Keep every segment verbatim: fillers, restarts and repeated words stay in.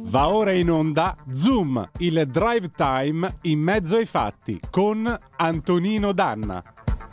Va ora in onda Zoom, il drive time in mezzo ai fatti con Antonino Danna.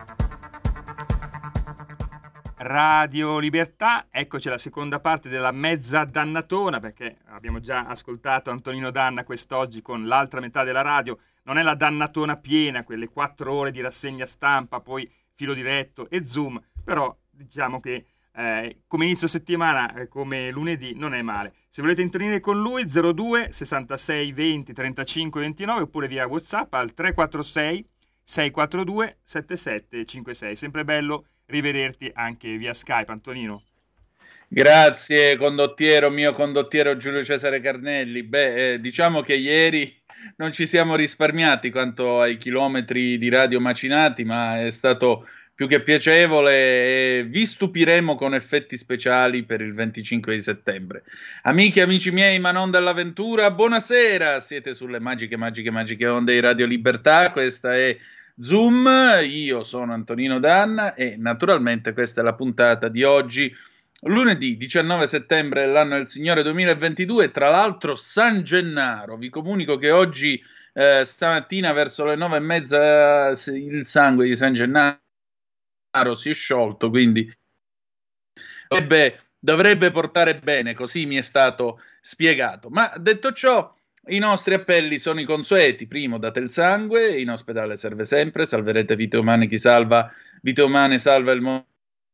Radio Libertà, eccoci alla seconda parte della mezza dannatona, perché abbiamo già ascoltato Antonino Danna quest'oggi con l'altra metà della radio. Non è la dannatona piena, quelle quattro ore di rassegna stampa, poi filo diretto e Zoom, però diciamo che eh, come inizio settimana, eh, come lunedì, non è male. Se volete intervenire con lui, zero due sessantasei venti trentacinque ventinove oppure via WhatsApp al tre quattro sei sei quattro due sette sette cinque sei. Sempre bello rivederti anche via Skype, Antonino. Grazie condottiero, mio condottiero Giulio Cesare Carnelli. Beh, eh, diciamo che ieri non ci siamo risparmiati quanto ai chilometri di radio macinati, ma è stato più che piacevole e vi stupiremo con effetti speciali per il venticinque di settembre. Amiche e amici miei, ma non dell'avventura, buonasera, siete sulle magiche, magiche, magiche onde di Radio Libertà, questa è Zoom, io sono Antonino Danna e naturalmente questa è la puntata di oggi, lunedì diciannove settembre dell'anno del Signore duemilaventidue, tra l'altro San Gennaro. Vi comunico che oggi eh, stamattina verso le nove e mezza eh, il sangue di San Gennaro si è sciolto, quindi dovrebbe, dovrebbe portare bene, così mi è stato spiegato. Ma detto ciò, i nostri appelli sono i consueti. Primo, date il sangue, in ospedale serve sempre, salverete vite umane, chi salva vite umane salva il mondo.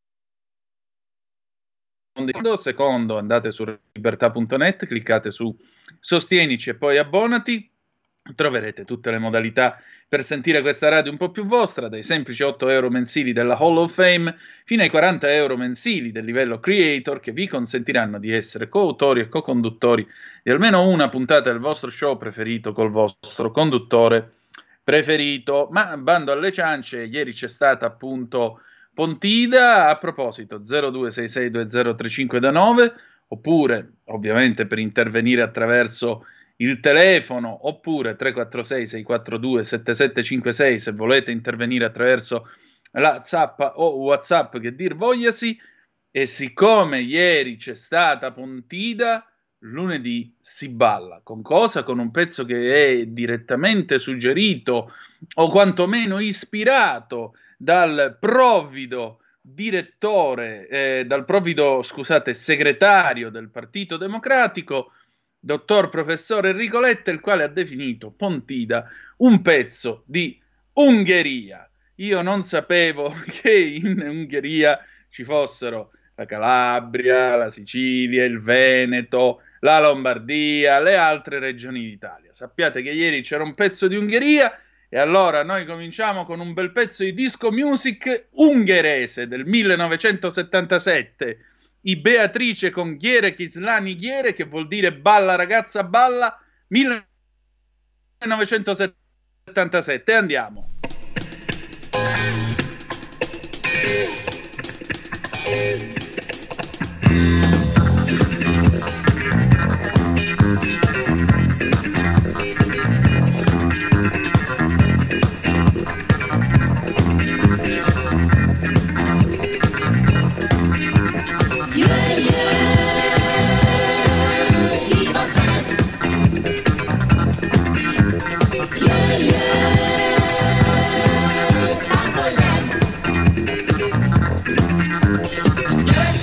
Secondo, andate su libertà punto net, cliccate su sostienici e poi abbonati, troverete tutte le modalità per sentire questa radio un po' più vostra, dai semplici otto euro mensili della Hall of Fame fino ai quaranta euro mensili del livello Creator, che vi consentiranno di essere coautori e co-conduttori di almeno una puntata del vostro show preferito col vostro conduttore preferito. Ma bando alle ciance, ieri c'è stata appunto Pontida. A proposito, zero due sei sei due zero tre cinque nove, oppure ovviamente per intervenire attraverso il telefono, oppure tre quattro sei sei quattro due sette sette cinque sei se volete intervenire attraverso la Zappa o WhatsApp, che dir vogliasi. E siccome ieri c'è stata Pontida, lunedì si balla. Con cosa? Con un pezzo che è direttamente suggerito o quantomeno ispirato dal provvido direttore, eh, dal provvido, scusate, segretario del Partito Democratico, dottor professore Enrico Letta, il quale ha definito Pontida un pezzo di Ungheria. Io non sapevo che in Ungheria ci fossero la Calabria, la Sicilia, il Veneto, la Lombardia, le altre regioni d'Italia. Sappiate che ieri c'era un pezzo di Ungheria e allora noi cominciamo con un bel pezzo di disco music ungherese del millenovecentosettantasette, I Beatrice con Ghiere Chislani Ghiere, che vuol dire balla ragazza balla, millenovecentosettantasette. Andiamo. Yeah.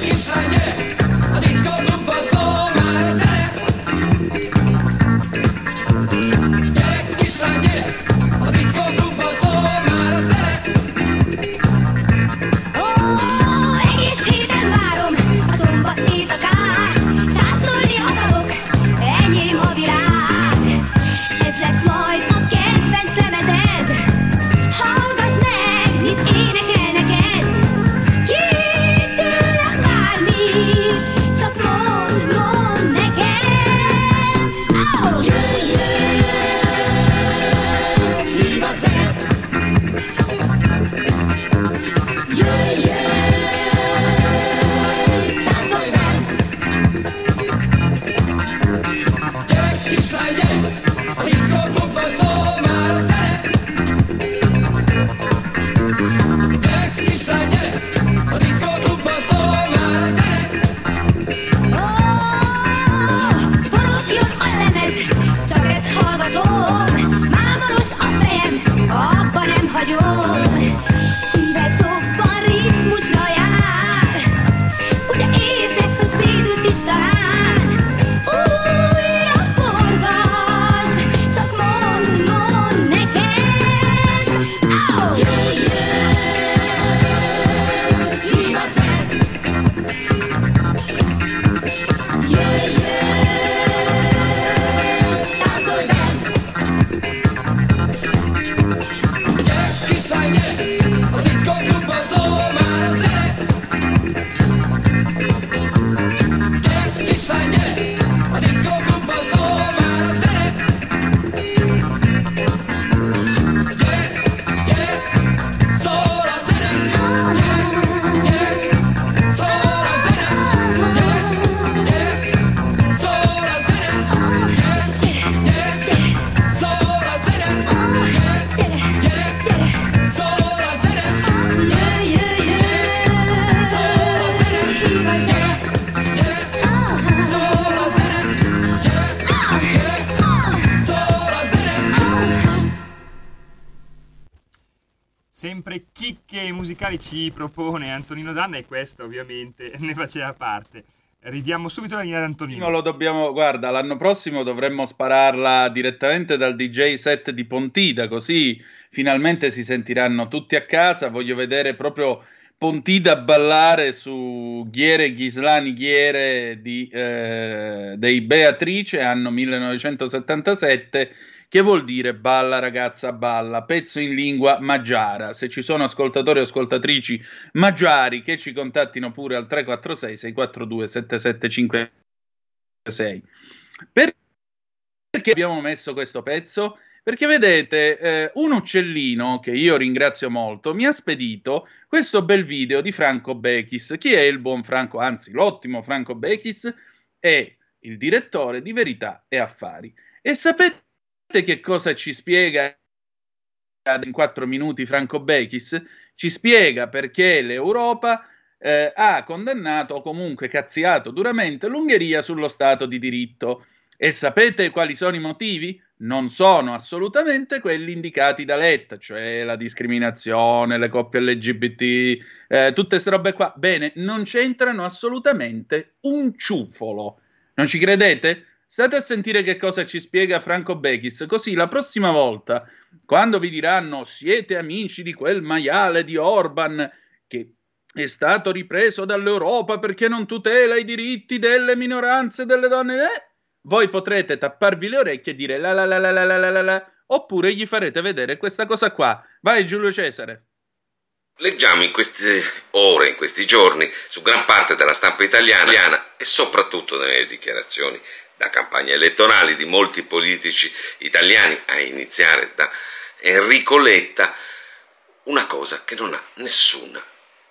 sempre chicche musicali ci propone Antonino Danna, e questo ovviamente ne faceva parte. Ridiamo subito la linea ad Antonino. Lo dobbiamo, guarda, l'anno prossimo dovremmo spararla direttamente dal D J set di Pontida, così finalmente si sentiranno tutti a casa. Voglio vedere proprio Pontida ballare su Ghiere Ghislani Ghiere di, eh, dei Beatrice, anno millenovecentosettantasette, che vuol dire Balla ragazza balla, pezzo in lingua magiara. Se ci sono ascoltatori o ascoltatrici magiari, che ci contattino pure al tre quattro sei sei quattro due sette sette cinque sei. Perché abbiamo messo questo pezzo? Perché vedete, eh, un uccellino che io ringrazio molto mi ha spedito questo bel video di Franco Bechis. Chi è il buon Franco? Anzi, l'ottimo Franco Bechis è il direttore di Verità e Affari. E sapete che cosa ci spiega in quattro minuti Franco Bechis? Ci spiega perché l'Europa eh, ha condannato o comunque cazziato duramente l'Ungheria sullo Stato di diritto. E sapete quali sono i motivi? Non sono assolutamente quelli indicati da Letta, cioè la discriminazione, le coppie L G B T, eh, tutte queste robe qua. Bene, non c'entrano assolutamente un ciuffolo. Non ci credete? State a sentire che cosa ci spiega Franco Bechis, così la prossima volta, quando vi diranno siete amici di quel maiale di Orban che è stato ripreso dall'Europa perché non tutela i diritti delle minoranze, delle donne, eh, voi potrete tapparvi le orecchie e dire la la la la la la la la, oppure gli farete vedere questa cosa qua. Vai Giulio Cesare. Leggiamo in queste ore, in questi giorni, su gran parte della stampa italiana e soprattutto nelle dichiarazioni da campagna elettorali di molti politici italiani, a iniziare da Enrico Letta, una cosa che non ha nessuna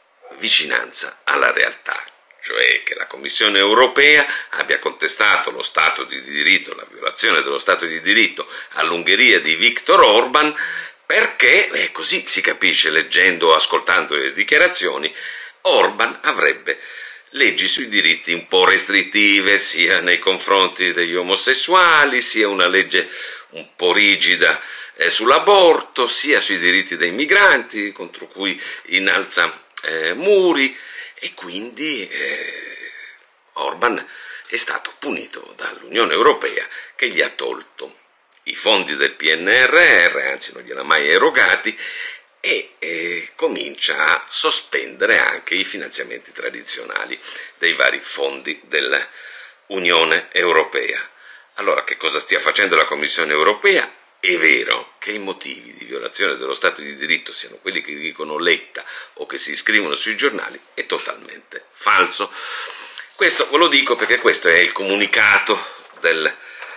vicinanza alla realtà, cioè che la Commissione europea abbia contestato lo Stato di diritto, la violazione dello Stato di diritto all'Ungheria di Viktor Orban, perché, eh, così si capisce leggendo o ascoltando le dichiarazioni, Orban avrebbe leggi sui diritti un po' restrittive sia nei confronti degli omosessuali, sia una legge un po' rigida eh, sull'aborto, sia sui diritti dei migranti, contro cui innalza eh, muri, e quindi eh, Orban è stato punito dall'Unione Europea, che gli ha tolto i fondi del P N R R, anzi non gliel'ha mai erogati, e eh, comincia a sospendere anche i finanziamenti tradizionali dei vari fondi dell'Unione Europea. Allora, che cosa stia facendo la Commissione Europea? È vero che i motivi di violazione dello Stato di diritto siano quelli che dicono Letta o che si scrivono sui giornali, è totalmente falso. Questo ve lo dico perché questo è il comunicato del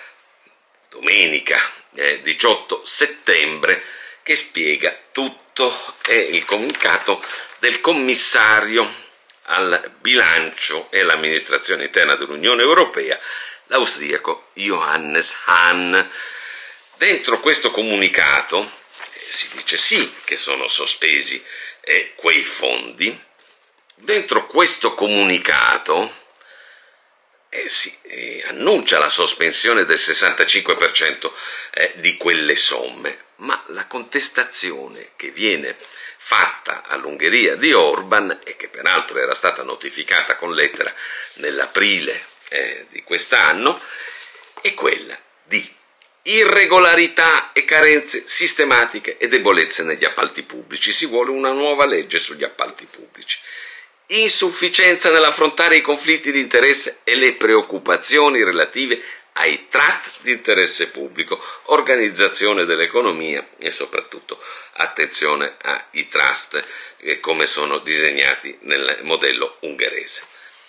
domenica eh, diciotto settembre, che spiega tutto. È il comunicato del commissario al bilancio e all'amministrazione interna dell'Unione Europea, l'austriaco Johannes Hahn. Dentro questo comunicato eh, si dice sì che sono sospesi eh, quei fondi. Dentro questo comunicato eh, si eh, annuncia la sospensione del sessantacinque per cento eh, di quelle somme. Ma la contestazione che viene fatta all'Ungheria di Orban, e che peraltro era stata notificata con lettera nell'aprile eh, di quest'anno, è quella di irregolarità e carenze sistematiche e debolezze negli appalti pubblici. Si vuole una nuova legge sugli appalti pubblici. Insufficienza nell'affrontare i conflitti di interesse e le preoccupazioni relative ai trust di interesse pubblico, organizzazione dell'economia e soprattutto attenzione ai trust eh, come sono disegnati nel modello ungherese.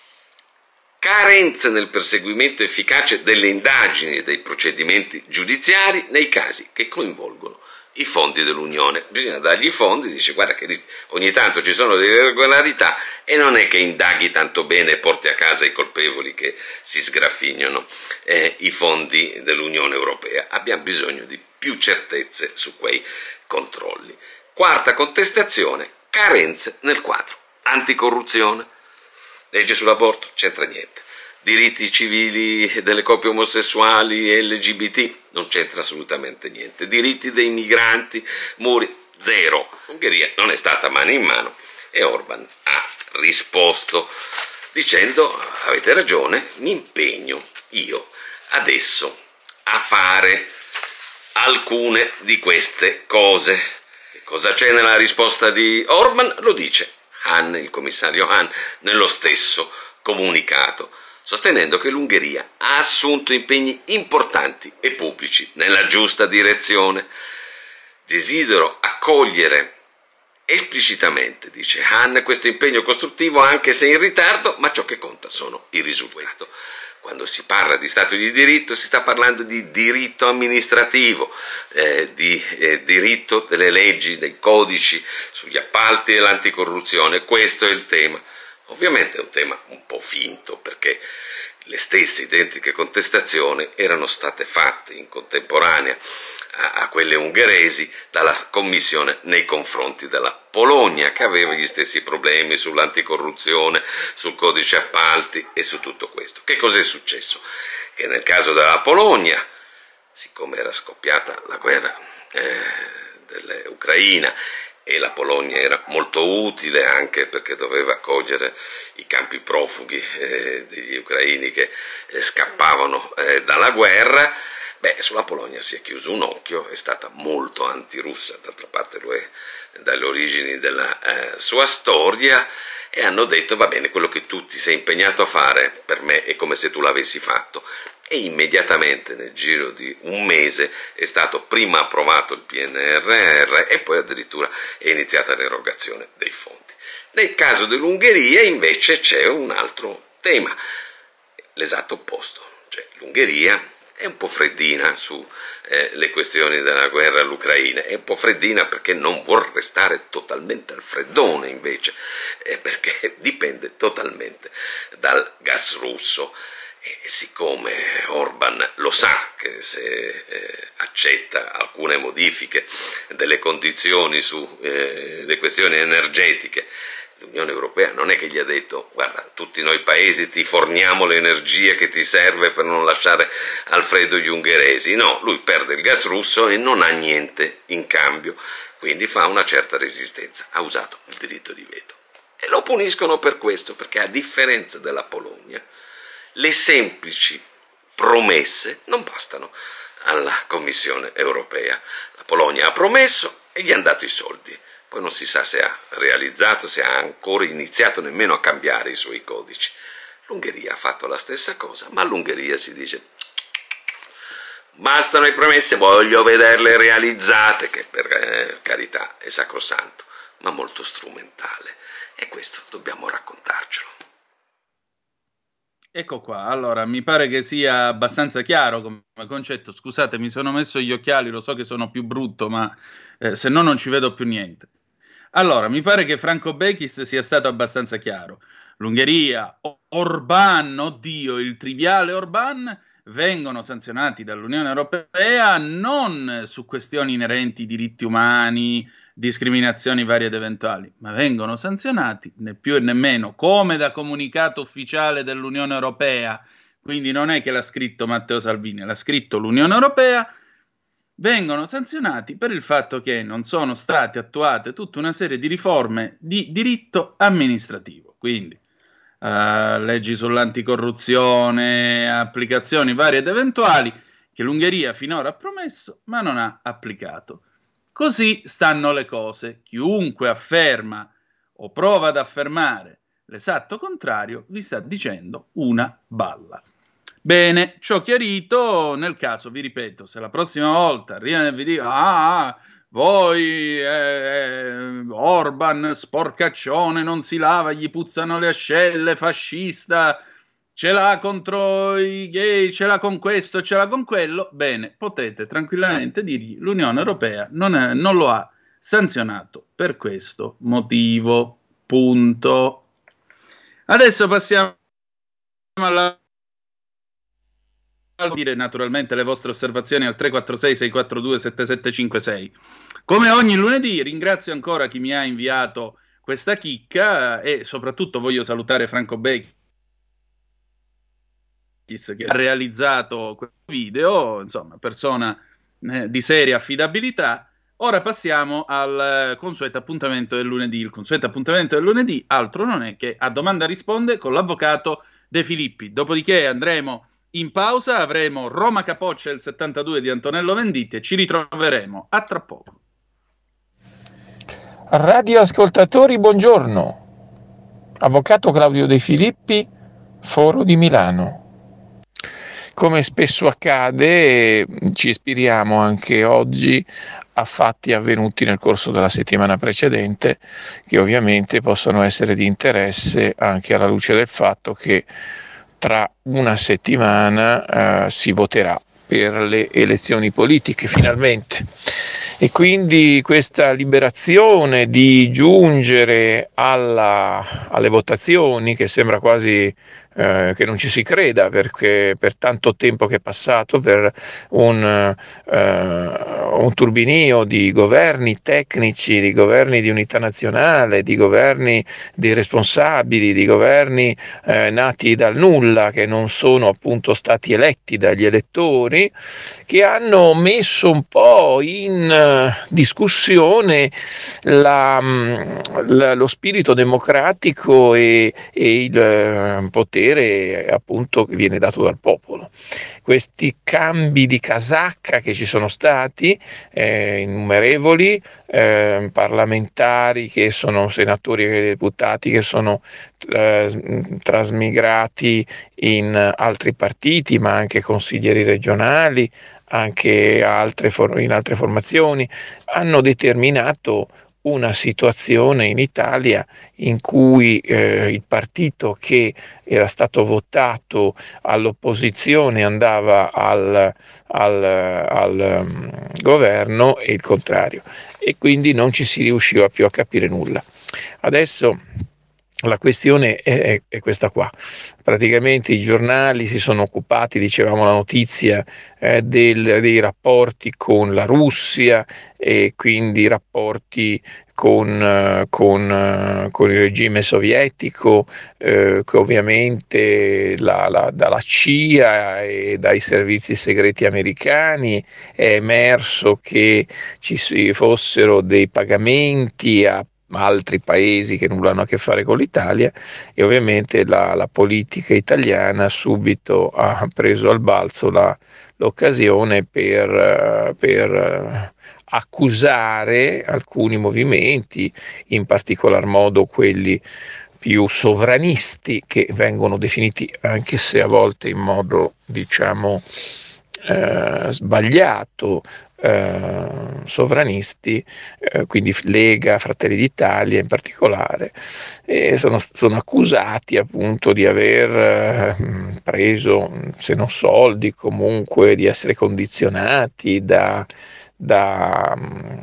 Carenze nel perseguimento efficace delle indagini e dei procedimenti giudiziari nei casi che coinvolgono i fondi dell'Unione. Bisogna dargli i fondi, dice guarda che ogni tanto ci sono delle irregolarità e non è che indaghi tanto bene e porti a casa i colpevoli che si sgraffignano eh, i fondi dell'Unione Europea. Abbiamo bisogno di più certezze su quei controlli. Quarta contestazione, carenze nel quadro anticorruzione. Legge sull'aborto, c'entra niente. Diritti civili delle coppie omosessuali e L G B T, non c'entra assolutamente niente. Diritti dei migranti, muri, zero. L'Ungheria non è stata mano in mano e Orban ha risposto dicendo: avete ragione, mi impegno io adesso a fare alcune di queste cose. Che cosa c'è nella risposta di Orban? Lo dice Hahn, il commissario Hahn, nello stesso comunicato, sostenendo che l'Ungheria ha assunto impegni importanti e pubblici nella giusta direzione. Desidero accogliere esplicitamente, dice Hahn, questo impegno costruttivo anche se in ritardo, ma ciò che conta sono i risultati. Quando si parla di Stato di diritto si sta parlando di diritto amministrativo, eh, di eh, diritto delle leggi, dei codici sugli appalti e l'anticorruzione. Questo è il tema. Ovviamente è un tema un po' finto, perché le stesse identiche contestazioni erano state fatte in contemporanea a, a quelle ungheresi dalla Commissione nei confronti della Polonia, che aveva gli stessi problemi sull'anticorruzione, sul codice appalti e su tutto questo. Che cos'è successo? Che nel caso della Polonia, siccome era scoppiata la guerra eh, dell'Ucraina e la Polonia era molto utile anche perché doveva accogliere i campi profughi eh, degli ucraini che eh, scappavano eh, dalla guerra, beh, sulla Polonia si è chiuso un occhio, è stata molto antirussa, d'altra parte lo è dalle origini della eh, sua storia, e hanno detto: va bene, quello che tu ti sei impegnato a fare per me è come se tu l'avessi fatto. E immediatamente nel giro di un mese è stato prima approvato il P N R R e poi addirittura è iniziata l'erogazione dei fondi. Nel caso dell'Ungheria invece c'è un altro tema, l'esatto opposto, cioè l'Ungheria è un po' freddina su eh, le questioni della guerra all'Ucraina, è un po' freddina perché non vuol restare totalmente al freddone invece, eh, perché dipende totalmente dal gas russo. E siccome Orban lo sa che se eh, accetta alcune modifiche delle condizioni sulle eh, questioni energetiche, l'Unione Europea non è che gli ha detto: guarda, tutti noi paesi ti forniamo l'energia che ti serve per non lasciare al freddo gli ungheresi. No, lui perde il gas russo e non ha niente in cambio, quindi fa una certa resistenza, ha usato il diritto di veto. E lo puniscono per questo, perché a differenza della Polonia, le semplici promesse non bastano alla Commissione Europea. La Polonia ha promesso e gli hanno dato i soldi, poi non si sa se ha realizzato, se ha ancora iniziato nemmeno a cambiare i suoi codici. L'Ungheria ha fatto la stessa cosa, ma all'Ungheria si dice: bastano le promesse, voglio vederle realizzate, che per eh, carità è sacrosanto, ma molto strumentale, e questo dobbiamo raccontarcelo. Ecco qua, allora mi pare che sia abbastanza chiaro come concetto. Scusate, mi sono messo gli occhiali, lo so che sono più brutto, ma eh, se no non ci vedo più niente. Allora, mi pare che Franco Bechis sia stato abbastanza chiaro. L'Ungheria, Orban, oddio, il triviale Orban, vengono sanzionati dall'Unione Europea non su questioni inerenti ai diritti umani, discriminazioni varie ed eventuali, ma vengono sanzionati né più e né meno, come da comunicato ufficiale dell'Unione Europea, quindi non è che l'ha scritto Matteo Salvini, l'ha scritto l'Unione Europea, vengono sanzionati per il fatto che non sono state attuate tutta una serie di riforme di diritto amministrativo, quindi uh, leggi sull'anticorruzione, applicazioni varie ed eventuali che l'Ungheria finora ha promesso ma non ha applicato. Così stanno le cose. Chiunque afferma o prova ad affermare l'esatto contrario vi sta dicendo una balla. Bene, ciò chiarito, nel caso, vi ripeto, se la prossima volta arrivano e vi dicono: ah, voi eh, Orban, sporcaccione, non si lava, gli puzzano le ascelle, fascista, ce l'ha contro i gay, ce l'ha con questo, ce l'ha con quello, bene, potete tranquillamente dirgli: l'Unione Europea non, è, non lo ha sanzionato per questo motivo, punto. Adesso passiamo alla dire naturalmente le vostre osservazioni al tre quattro sei sei quattro due sette sette cinque sei. Come ogni lunedì ringrazio ancora chi mi ha inviato questa chicca e soprattutto voglio salutare Franco Becchi che ha realizzato questo video, insomma, persona eh, di seria affidabilità. Ora passiamo al consueto appuntamento del lunedì. Il consueto appuntamento del lunedì altro non è che A Domanda Risponde con l'avvocato De Filippi. Dopodiché andremo in pausa, avremo Roma Capoccia il settantadue di Antonello Venditti e ci ritroveremo a tra poco. Radioascoltatori, buongiorno. Avvocato Claudio De Filippi, Foro di Milano. Come spesso accade, ci ispiriamo anche oggi a fatti avvenuti nel corso della settimana precedente, che ovviamente possono essere di interesse anche alla luce del fatto che tra una settimana eh, si voterà per le elezioni politiche finalmente, e quindi questa liberazione di giungere alla, alle votazioni, che sembra quasi eh, che non ci si creda, perché per tanto tempo che è passato, per un, eh, un turbinio di governi tecnici, di governi di unità nazionale, di governi di responsabili, di governi eh, nati dal nulla, che non sono appunto stati eletti dagli elettori, che hanno messo un po' in uh, discussione la, la, lo spirito democratico e, e il uh, potere appunto che viene dato dal popolo. Questi cambi di casacca che ci sono stati, eh, innumerevoli, eh, parlamentari che sono senatori e deputati che sono eh, trasmigrati in altri partiti, ma anche consiglieri regionali, anche altre for- in altre formazioni, hanno determinato una situazione in Italia in cui eh, il partito che era stato votato all'opposizione andava al, al, al um, governo e il contrario, e quindi non ci si riusciva più a capire nulla. Adesso la questione è, è questa qua. Praticamente i giornali si sono occupati, dicevamo la notizia, eh, del, dei rapporti con la Russia, e quindi rapporti con, uh, con, uh, con il regime sovietico, eh, che ovviamente la, la, dalla C I A e dai servizi segreti americani è emerso che ci fossero dei pagamenti a altri paesi che nulla hanno a che fare con l'Italia, e ovviamente la, la politica italiana subito ha preso al balzo la, l'occasione per, per accusare alcuni movimenti, in particolar modo quelli più sovranisti, che vengono definiti, anche se a volte in modo diciamo eh, sbagliato, Eh, sovranisti, eh, quindi Lega, Fratelli d'Italia in particolare, e sono, sono accusati appunto di aver eh, preso, se non soldi, comunque di essere condizionati da Da,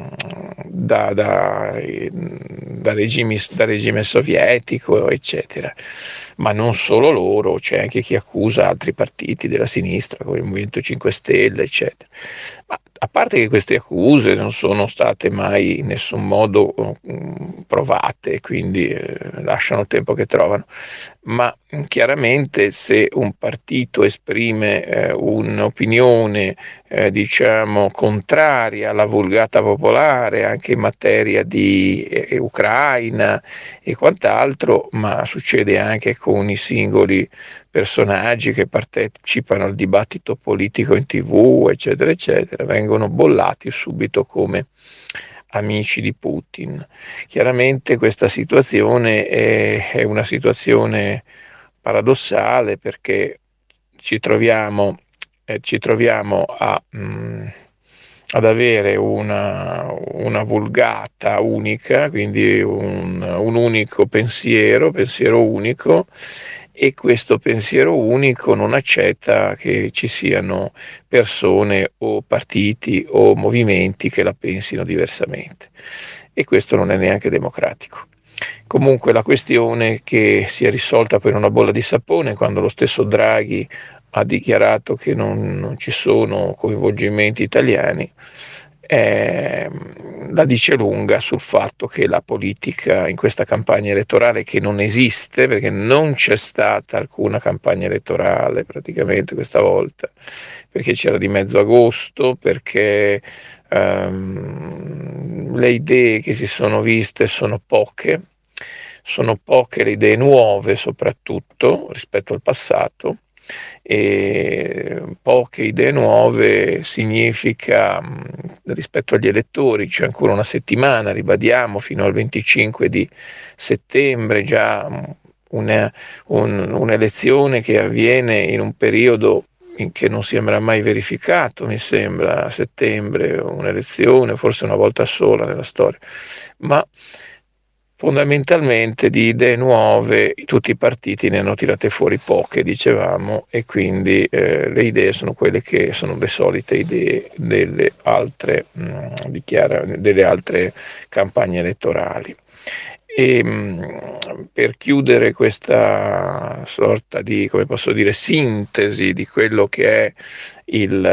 da, da, da, regimi, da regime sovietico, eccetera. Ma non solo loro, c'è anche chi accusa altri partiti della sinistra, come il Movimento cinque Stelle, eccetera. Ma a parte che queste accuse non sono state mai in nessun modo um, provate, quindi eh, lasciano il tempo che trovano, ma chiaramente se un partito esprime eh, un'opinione eh, diciamo contraria alla vulgata popolare, anche in materia di eh, Ucraina e quant'altro, ma succede anche con i singoli personaggi che partecipano al dibattito politico in tivù, eccetera, eccetera, vengono bollati subito come amici di Putin. Chiaramente questa situazione è, è una situazione paradossale, perché ci troviamo, eh, ci troviamo a, mh, ad avere una, una vulgata unica, quindi un, un unico pensiero, pensiero unico, e questo pensiero unico non accetta che ci siano persone o partiti o movimenti che la pensino diversamente, e questo non è neanche democratico. Comunque la questione che si è risolta per una bolla di sapone, quando lo stesso Draghi ha dichiarato che non, non ci sono coinvolgimenti italiani, eh, la dice lunga sul fatto che la politica in questa campagna elettorale, che non esiste perché non c'è stata alcuna campagna elettorale praticamente questa volta, perché c'era di mezzo agosto, perché Um, le idee che si sono viste sono poche, sono poche le idee nuove soprattutto rispetto al passato, e poche idee nuove significa rispetto agli elettori c'è ancora una settimana, ribadiamo, fino al venticinque di settembre, già una, un, un'elezione che avviene in un periodo in che non si sembra mai verificato, mi sembra, a settembre, un'elezione, forse una volta sola nella storia, ma fondamentalmente di idee nuove tutti i partiti ne hanno tirate fuori poche, dicevamo, e quindi eh, le idee sono quelle che sono le solite idee delle altre, mh, dichiara, delle altre campagne elettorali. E mh, per chiudere questa sorta di, come posso dire, sintesi di quello che è il,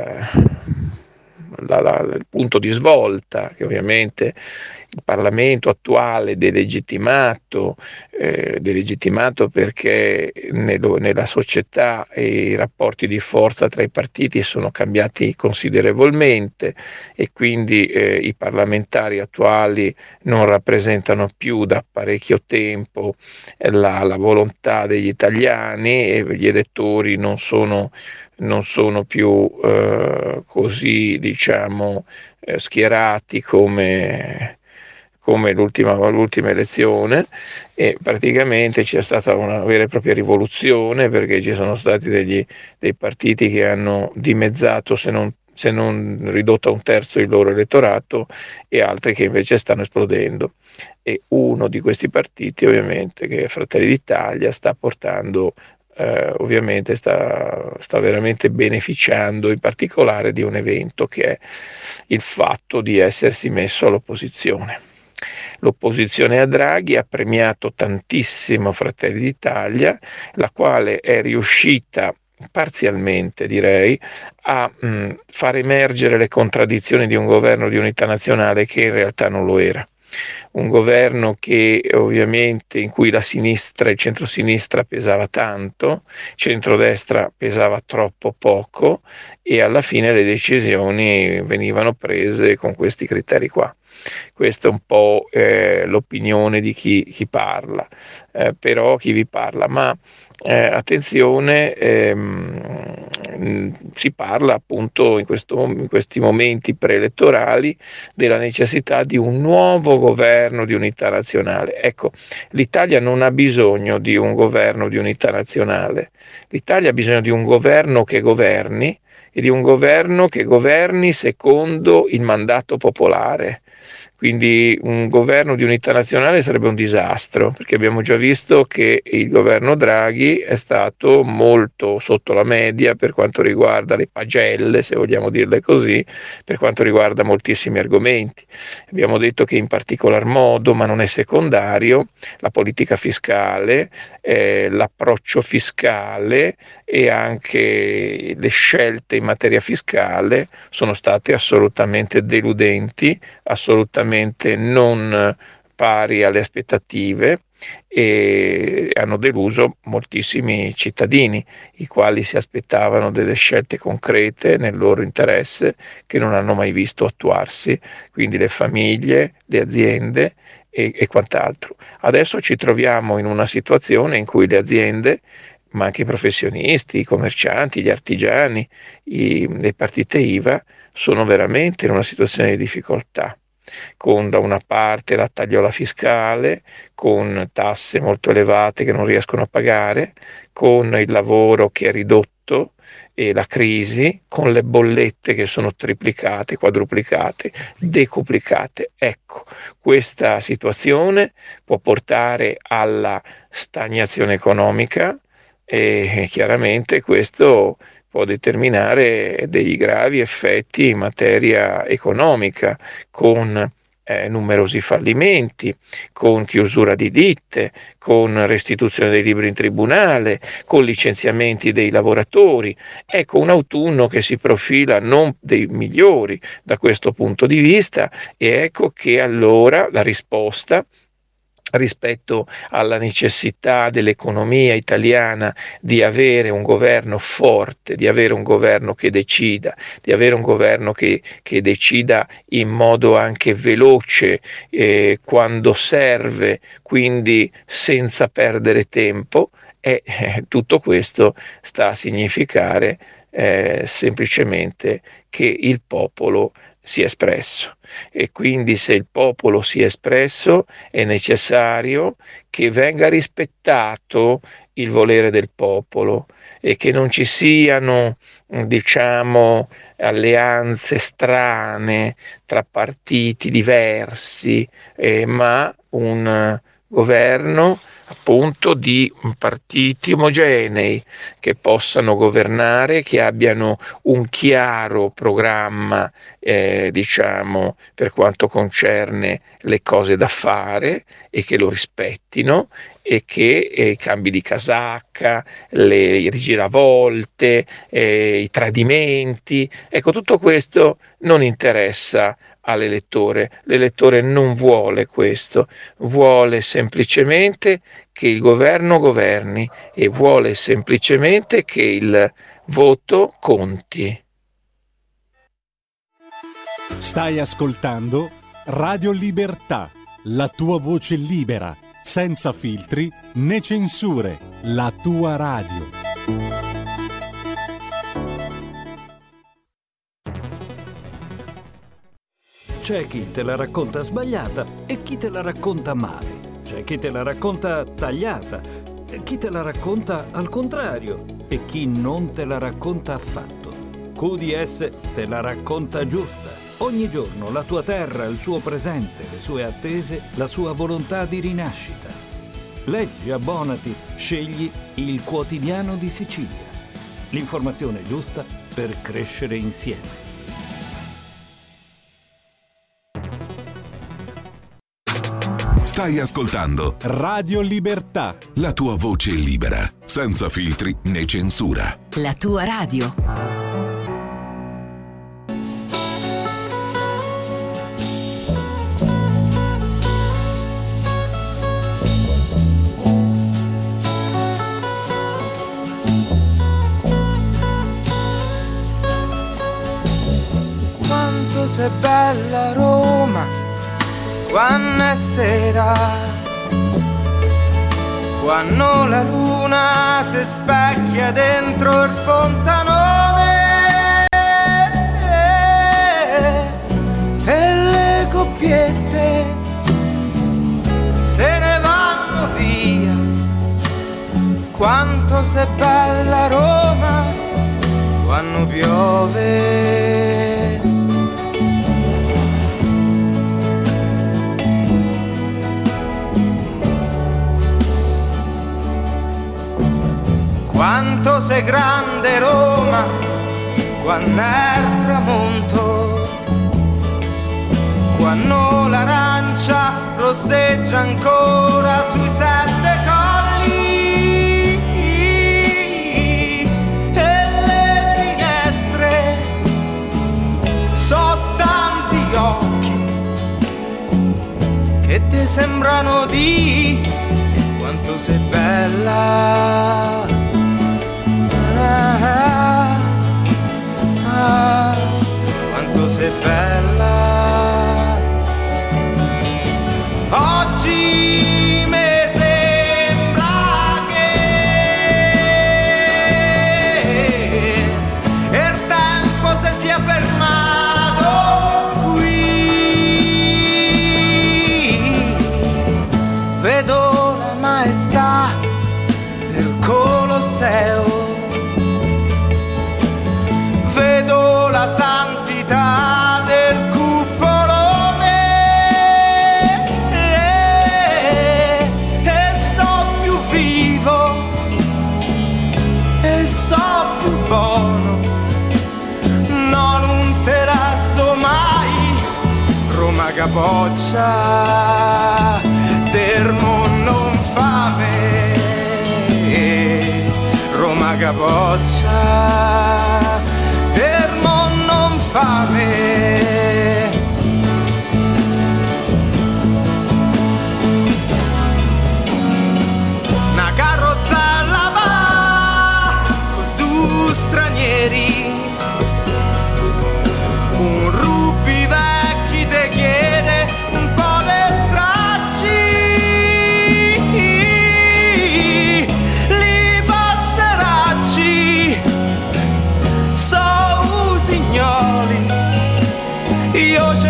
la, la, il punto di svolta, che ovviamente il Parlamento attuale delegittimato, eh, delegittimato perché nello, nella società i rapporti di forza tra i partiti sono cambiati considerevolmente e quindi eh, i parlamentari attuali non rappresentano più da parecchio tempo la, la volontà degli italiani e gli elettori non sono, non sono più eh, così, diciamo, eh, schierati come come l'ultima, l'ultima elezione, e praticamente c'è stata una vera e propria rivoluzione, perché ci sono stati degli, dei partiti che hanno dimezzato, se non, se non ridotto a un terzo il loro elettorato, e altri che invece stanno esplodendo. E uno di questi partiti, ovviamente, che è Fratelli d'Italia, sta portando Eh, ovviamente sta, sta veramente beneficiando in particolare di un evento che è il fatto di essersi messo all'opposizione. L'opposizione a Draghi ha premiato tantissimo Fratelli d'Italia, la quale è riuscita parzialmente, direi, a mh, far emergere le contraddizioni di un governo di unità nazionale che in realtà non lo era. Un governo che ovviamente in cui la sinistra e il centrosinistra pesava tanto, centrodestra pesava troppo poco, e alla fine le decisioni venivano prese con questi criteri qua. Questa è un po' eh, l'opinione di chi, chi parla, eh, però chi vi parla, ma eh, attenzione, ehm, si parla appunto in, questo, in questi momenti preelettorali della necessità di un nuovo governo di unità nazionale. Ecco, l'Italia non ha bisogno di un governo di unità nazionale, l'Italia ha bisogno di un governo che governi, e di un governo che governi secondo il mandato popolare. Quindi un governo di unità nazionale sarebbe un disastro, perché abbiamo già visto che il governo Draghi è stato molto sotto la media per quanto riguarda le pagelle, se vogliamo dirle così, per quanto riguarda moltissimi argomenti. Abbiamo detto che in particolar modo, ma non è secondario, la politica fiscale, eh, l'approccio fiscale e anche le scelte in materia fiscale sono state assolutamente deludenti, assolutamente non pari alle aspettative, e hanno deluso moltissimi cittadini, i quali si aspettavano delle scelte concrete nel loro interesse che non hanno mai visto attuarsi, quindi le famiglie, le aziende e, e quant'altro. Adesso ci troviamo in una situazione in cui le aziende, ma anche i professionisti, i commercianti, gli artigiani, i, le partite I V A sono veramente in una situazione di difficoltà, con da una parte la tagliola fiscale, con tasse molto elevate che non riescono a pagare, con il lavoro che è ridotto e la crisi, con le bollette che sono triplicate, quadruplicate, decuplicate. Ecco, questa situazione può portare alla stagnazione economica, e chiaramente questo può determinare degli gravi effetti in materia economica, con eh, numerosi fallimenti, con chiusura di ditte, con restituzione dei libri in tribunale, con licenziamenti dei lavoratori. Ecco, un autunno che si profila non dei migliori da questo punto di vista, e ecco che allora la risposta rispetto alla necessità dell'economia italiana di avere un governo forte, di avere un governo che decida, di avere un governo che, che decida in modo anche veloce eh, quando serve, quindi senza perdere tempo, e eh, tutto questo sta a significare eh, semplicemente che il popolo si è espresso, e quindi se il popolo si è espresso è necessario che venga rispettato il volere del popolo e che non ci siano, diciamo, alleanze strane tra partiti diversi, eh, ma un governo appunto di partiti omogenei che possano governare, che abbiano un chiaro programma, eh, diciamo, per quanto concerne le cose da fare, e che lo rispettino, e che eh, i cambi di casacca, le i giravolte, eh, i tradimenti, ecco, tutto questo non interessa all'elettore. L'elettore non vuole questo, vuole semplicemente che il governo governi e vuole semplicemente che il voto conti. Stai ascoltando Radio Libertà, la tua voce libera, senza filtri né censure, la tua radio. C'è chi te la racconta sbagliata e chi te la racconta male. C'è chi te la racconta tagliata, e chi te la racconta al contrario e chi non te la racconta affatto. Q D S te la racconta giusta. Ogni giorno la tua terra, il suo presente, le sue attese, la sua volontà di rinascita. Leggi, abbonati, scegli il Quotidiano di Sicilia. L'informazione giusta per crescere insieme. Stai ascoltando Radio Libertà, la tua voce libera, senza filtri né censura. La tua radio. Quanto sei bella Roma, quando è sera, quando la luna si specchia dentro il fontanone e le coppiette se ne vanno via. Quanto sei bella Roma, quando piove. Quanto sei grande Roma, quando è il tramonto, quando l'arancia rosseggia ancora sui sette colli e le finestre so tanti occhi che ti sembrano di quanto sei bella. Ah, ah, quanto sei bella. Oggi mi sembra che il tempo si sia fermato qui. Vedo la maestà del Colosseo, vedo la santità del cupolone e, e so più vivo e so più buono. No, non te la so mai Roma capoccia del mondo non fame. Roma capoccia per mon non fame.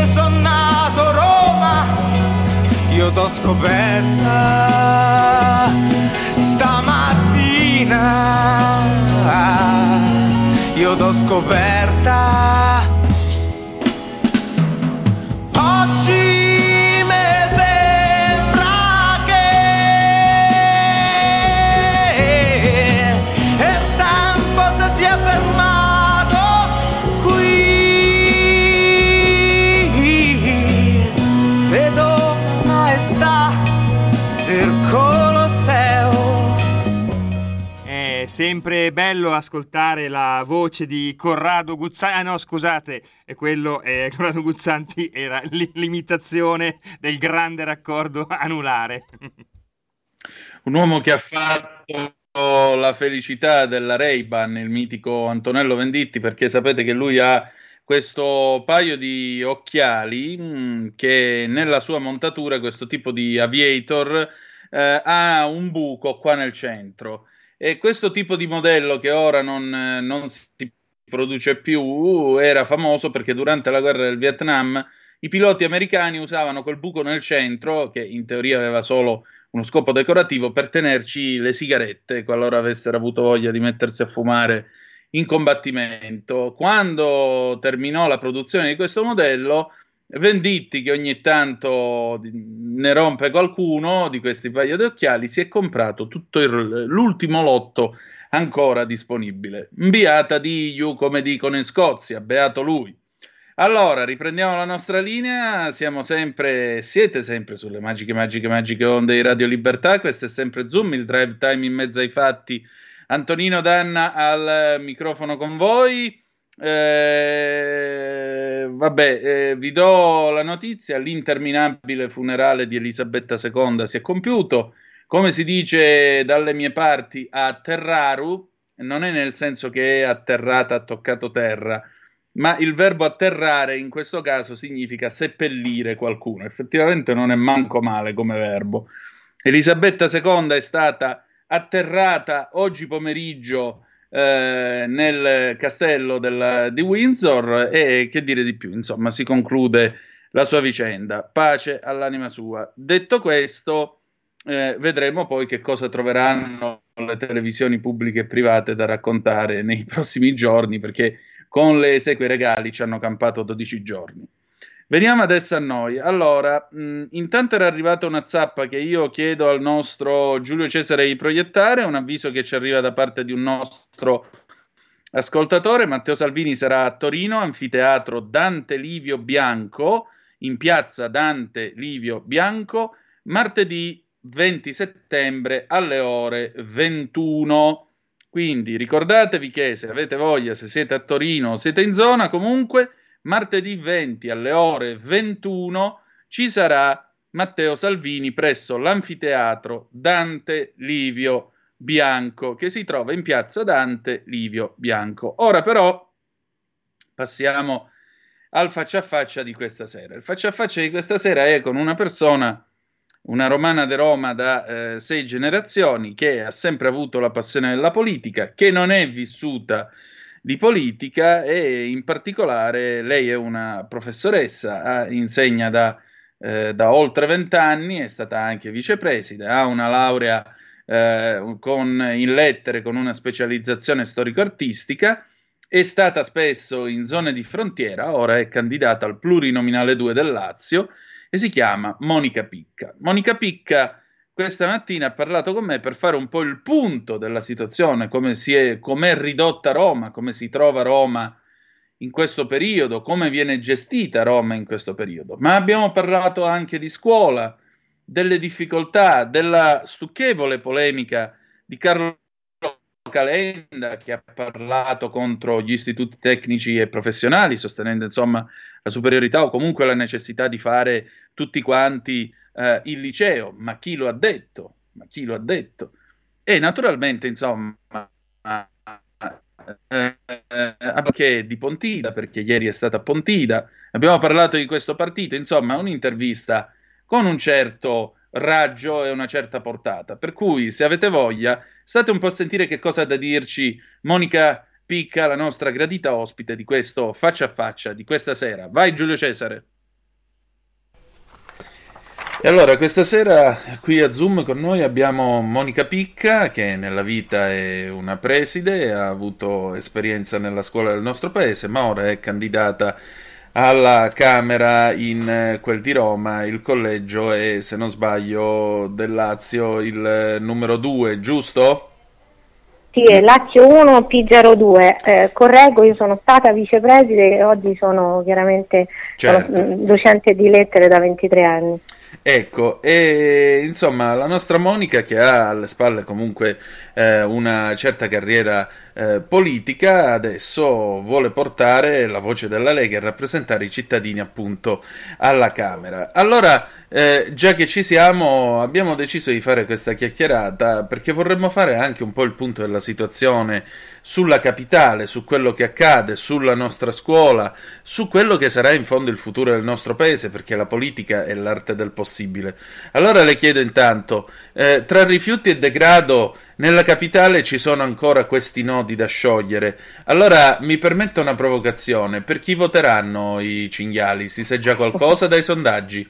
mese sono nato Roma, io t'ho scoperta stamattina, io t'ho scoperta. Oggi mi sembra che il tempo si sia fermato qui, vedo la maestà del Colosseo. È sempre bello ascoltare la voce di Corrado Guzzanti. Ah no, scusate, è quello è Corrado Guzzanti, era l- l'imitazione del grande raccordo anulare. Un uomo che ha fatto la felicità della Ray-Ban, il mitico Antonello Venditti, perché sapete che lui ha questo paio di occhiali mh, che nella sua montatura, questo tipo di aviator, eh, ha un buco qua nel centro. E questo tipo di modello, che ora non, non si produce più, era famoso perché durante la guerra del Vietnam i piloti americani usavano quel buco nel centro, che in teoria aveva solo uno scopo decorativo, per tenerci le sigarette qualora avessero avuto voglia di mettersi a fumare in combattimento. Quando terminò la produzione di questo modello, Venditti, che ogni tanto ne rompe qualcuno di questi paio di occhiali, si è comprato tutto il, l'ultimo lotto ancora disponibile. Beata Digliu, come dicono in Scozia, beato lui. Allora, riprendiamo la nostra linea, siamo sempre, siete sempre sulle magiche, magiche, magiche onde di Radio Libertà, questo è sempre Zoom, il drive time in mezzo ai fatti. Antonino Danna al microfono con voi. Eh, vabbè, eh, vi do la notizia: l'interminabile funerale di Elisabetta seconda si è compiuto, come si dice dalle mie parti, a terraru, non è nel senso che è atterrata, ha toccato terra, ma il verbo atterrare in questo caso significa seppellire qualcuno. Effettivamente non è manco male come verbo. Elisabetta seconda è stata atterrata oggi pomeriggio Eh, nel castello del, di Windsor, e che dire di più, insomma si conclude la sua vicenda, pace all'anima sua. Detto questo, eh, vedremo poi che cosa troveranno le televisioni pubbliche e private da raccontare nei prossimi giorni, perché con le esequie regali ci hanno campato dodici giorni. Veniamo adesso a noi. Allora, mh, intanto era arrivata una zappa che io chiedo al nostro Giulio Cesare di proiettare, un avviso che ci arriva da parte di un nostro ascoltatore. Matteo Salvini sarà a Torino, anfiteatro Dante Livio Bianco, in piazza Dante Livio Bianco, martedì venti settembre alle ore ventuno. Quindi ricordatevi che se avete voglia, se siete a Torino o siete in zona, comunque martedì venti alle ore ventuno ci sarà Matteo Salvini presso l'anfiteatro Dante Livio Bianco, che si trova in piazza Dante Livio Bianco. Ora però passiamo al faccia a faccia di questa sera. Il faccia a faccia di questa sera è con una persona, una romana de Roma da eh, sei generazioni, che ha sempre avuto la passione della politica, che non è vissuta di politica, e in particolare lei è una professoressa, eh, insegna da, eh, da oltre vent'anni, è stata anche vicepreside, ha una laurea eh, con, in lettere con una specializzazione storico-artistica, è stata spesso in zone di frontiera, ora è candidata al plurinominale due del Lazio e si chiama Monica Picca. Monica Picca questa mattina ha parlato con me per fare un po' il punto della situazione, come si è, com'è ridotta Roma, come si trova Roma in questo periodo, come viene gestita Roma in questo periodo. Ma abbiamo parlato anche di scuola, delle difficoltà, della stucchevole polemica di Carlo Calenda, che ha parlato contro gli istituti tecnici e professionali, sostenendo insomma la superiorità o comunque la necessità di fare tutti quanti Uh, il liceo. Ma chi lo ha detto? Ma chi lo ha detto? E naturalmente, insomma, eh, eh, anche di Pontida, perché ieri è stata a Pontida, abbiamo parlato di questo partito, insomma, un'intervista con un certo raggio e una certa portata, per cui se avete voglia state un po' a sentire che cosa ha da dirci Monica Picca, la nostra gradita ospite di questo faccia a faccia di questa sera. Vai Giulio Cesare. E allora questa sera qui a Zoom con noi abbiamo Monica Picca, che nella vita è una preside, ha avuto esperienza nella scuola del nostro paese, ma ora è candidata alla Camera in quel di Roma. Il collegio è, se non sbaglio, del Lazio il numero due, giusto? Sì, è Lazio uno, P zero due. Eh, correggo, io sono stata vicepreside e oggi sono chiaramente Certo. sono docente di lettere da ventitré anni. Ecco, e insomma la nostra Monica, che ha alle spalle comunque eh, una certa carriera eh, politica, adesso vuole portare la voce della Lega e rappresentare i cittadini appunto alla Camera. Allora, eh, già che ci siamo, abbiamo deciso di fare questa chiacchierata perché vorremmo fare anche un po' il punto della situazione sulla capitale, su quello che accade, sulla nostra scuola, su quello che sarà in fondo il futuro del nostro paese, perché la politica è l'arte del possibile. Allora le chiedo intanto, eh, tra rifiuti e degrado nella capitale ci sono ancora questi nodi da sciogliere. Allora mi permetto una provocazione: per chi voteranno i cinghiali? Si sa già qualcosa dai sondaggi?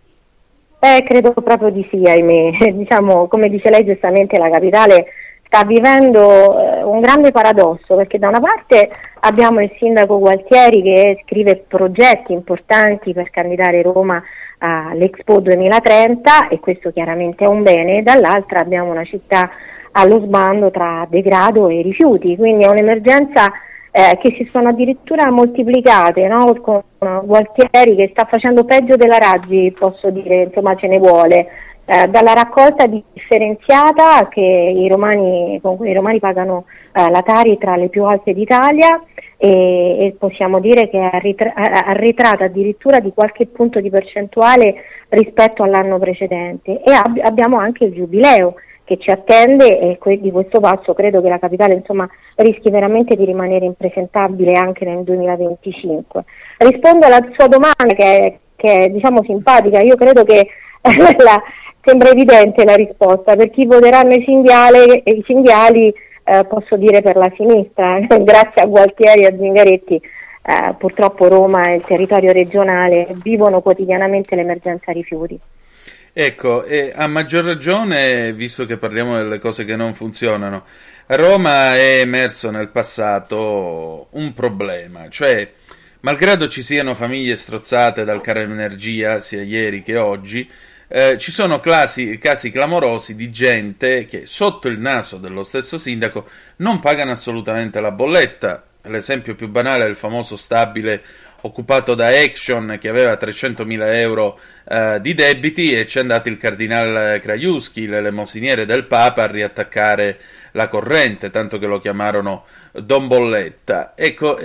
Eh, credo proprio di sì, ahimè. Diciamo, come dice lei giustamente, la capitale sta vivendo eh, un grande paradosso, perché da una parte abbiamo il sindaco Gualtieri che scrive progetti importanti per candidare Roma all'Expo duemilatrenta, e questo chiaramente è un bene, e dall'altra abbiamo una città allo sbando tra degrado e rifiuti, quindi è un'emergenza eh, che si sono addirittura moltiplicate, no? Con Gualtieri che sta facendo peggio della Raggi, posso dire, insomma ce ne vuole. Eh, dalla raccolta differenziata che i romani, con cui i romani pagano eh, la Tari tra le più alte d'Italia, e, e possiamo dire che è arretra- arretrata addirittura di qualche punto di percentuale rispetto all'anno precedente, e ab- abbiamo anche il giubileo che ci attende, e que- di questo passo credo che la capitale insomma rischi veramente di rimanere impresentabile anche nel duemilaventicinque. Rispondo alla sua domanda che è, che è diciamo simpatica. Io credo che la sembra evidente la risposta: per chi voteranno i cinghiali, i cinghiali eh, posso dire per la sinistra. Grazie a Gualtieri e a Zingaretti eh, purtroppo Roma e il territorio regionale vivono quotidianamente l'emergenza rifiuti. Ecco, e a maggior ragione, visto che parliamo delle cose che non funzionano, a Roma è emerso nel passato un problema, cioè malgrado ci siano famiglie strozzate dal caro energia sia ieri che oggi, Eh, ci sono clasi, casi clamorosi di gente che sotto il naso dello stesso sindaco non pagano assolutamente la bolletta. L'esempio più banale è il famoso stabile occupato da Action, che aveva trecentomila euro eh, di debiti, e c'è andato il cardinale Krajewski, l'elemosiniere del Papa, a riattaccare la corrente, tanto che lo chiamarono Don Bolletta. Ecco,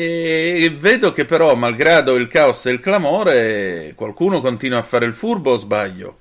e vedo che però, malgrado il caos e il clamore, qualcuno continua a fare il furbo, o sbaglio?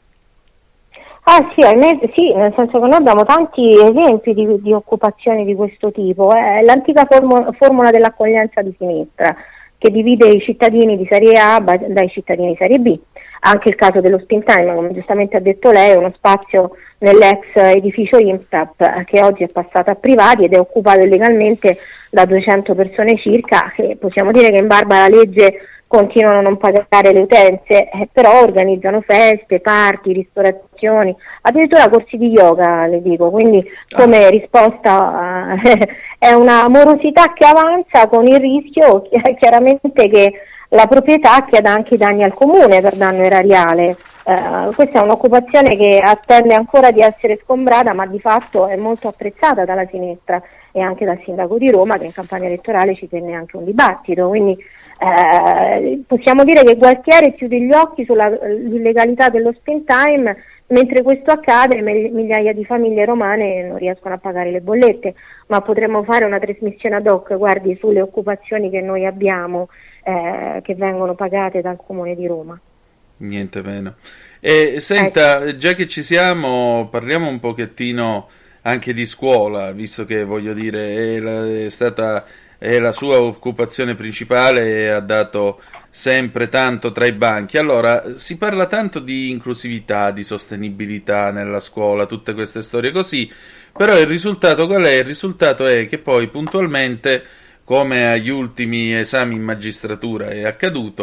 Ah sì, ahimè, sì, nel senso che noi abbiamo tanti esempi di, di occupazioni di questo tipo. È l'antica formo, formula dell'accoglienza di sinistra, che divide i cittadini di serie A dai cittadini di serie B. Anche il caso dello Spin Time, come giustamente ha detto lei, è uno spazio nell'ex edificio INPSAP che oggi è passato a privati ed è occupato illegalmente da duecento persone circa, che possiamo dire che in barba alla legge continuano a non pagare le utenze, eh, però organizzano feste, party, ristorazioni, addirittura corsi di yoga, le dico, quindi come risposta eh, è una morosità che avanza, con il rischio chiaramente che la proprietà chieda anche i danni al comune per danno erariale. Eh, questa è un'occupazione che attende ancora di essere sgombrata, ma di fatto è molto apprezzata dalla sinistra e anche dal sindaco di Roma, che in campagna elettorale ci tenne anche un dibattito, quindi eh, possiamo dire che Gualtieri chiude gli occhi sull'illegalità dello Spin Time, mentre questo accade migliaia di famiglie romane non riescono a pagare le bollette. Ma potremmo fare una trasmissione ad hoc, guardi, sulle occupazioni che noi abbiamo eh, che vengono pagate dal Comune di Roma. Niente meno. E senta, ecco, già che ci siamo, parliamo un pochettino anche di scuola, visto che, voglio dire, è, la, è stata è la sua occupazione principale e ha dato sempre tanto tra i banchi. Allora, si parla tanto di inclusività, di sostenibilità nella scuola, tutte queste storie così, però il risultato qual è? Il risultato è che poi puntualmente, come agli ultimi esami in magistratura è accaduto,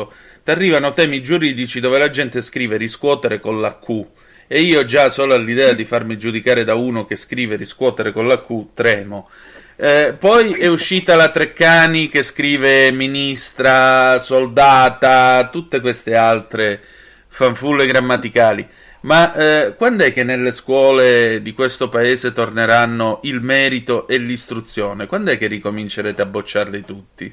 ti arrivano temi giuridici dove la gente scrive riscuotere con la Q, e io già solo all'idea di farmi giudicare da uno che scrive riscuotere con la Q tremo. Eh, poi è uscita la Treccani che scrive ministra, soldata, tutte queste altre fanfulle grammaticali. Ma eh, quando è che nelle scuole di questo paese torneranno il merito e l'istruzione? Quando è che ricomincerete a bocciarli tutti?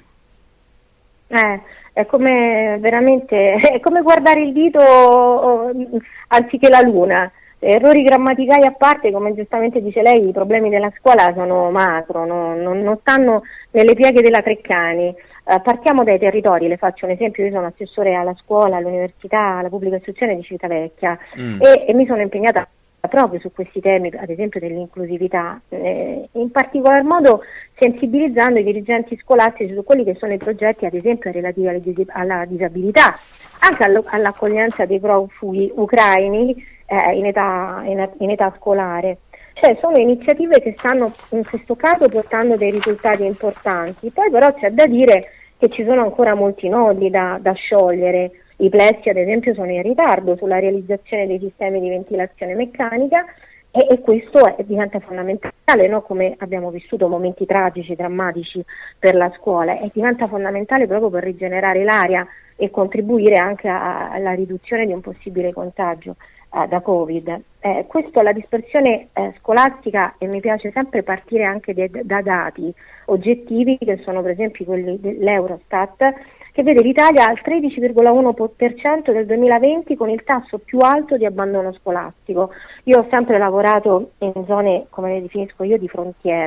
Eh, è come veramente è come guardare il dito oh, anziché la luna. Errori grammaticali a parte, come giustamente dice lei, i problemi della scuola sono macro, no? non, non stanno nelle pieghe della Treccani. Uh, partiamo dai territori, le faccio un esempio: io sono assessore alla scuola, all'università, alla pubblica istruzione di Civitavecchia mm. e, e mi sono impegnata proprio su questi temi, ad esempio dell'inclusività, eh, in particolar modo sensibilizzando i dirigenti scolastici su quelli che sono i progetti, ad esempio relativi alle dis- alla disabilità, anche allo- all'accoglienza dei profughi ucraini eh, in, età, in, in età scolare. Cioè sono iniziative che stanno in questo caso portando dei risultati importanti. Poi però c'è da dire che ci sono ancora molti nodi da, da sciogliere. I plessi ad esempio sono in ritardo sulla realizzazione dei sistemi di ventilazione meccanica e, e questo è, diventa fondamentale, no? Come abbiamo vissuto momenti tragici, drammatici per la scuola, e diventa fondamentale proprio per rigenerare l'aria e contribuire anche a, alla riduzione di un possibile contagio eh, da Covid. Eh, questo, la dispersione eh, scolastica, e mi piace sempre partire anche de, da dati oggettivi che sono per esempio quelli dell'Eurostat, che vede l'Italia al tredici virgola uno per cento del duemilaventi, con il tasso più alto di abbandono scolastico. Io ho sempre lavorato in zone, come le definisco io, di frontiera.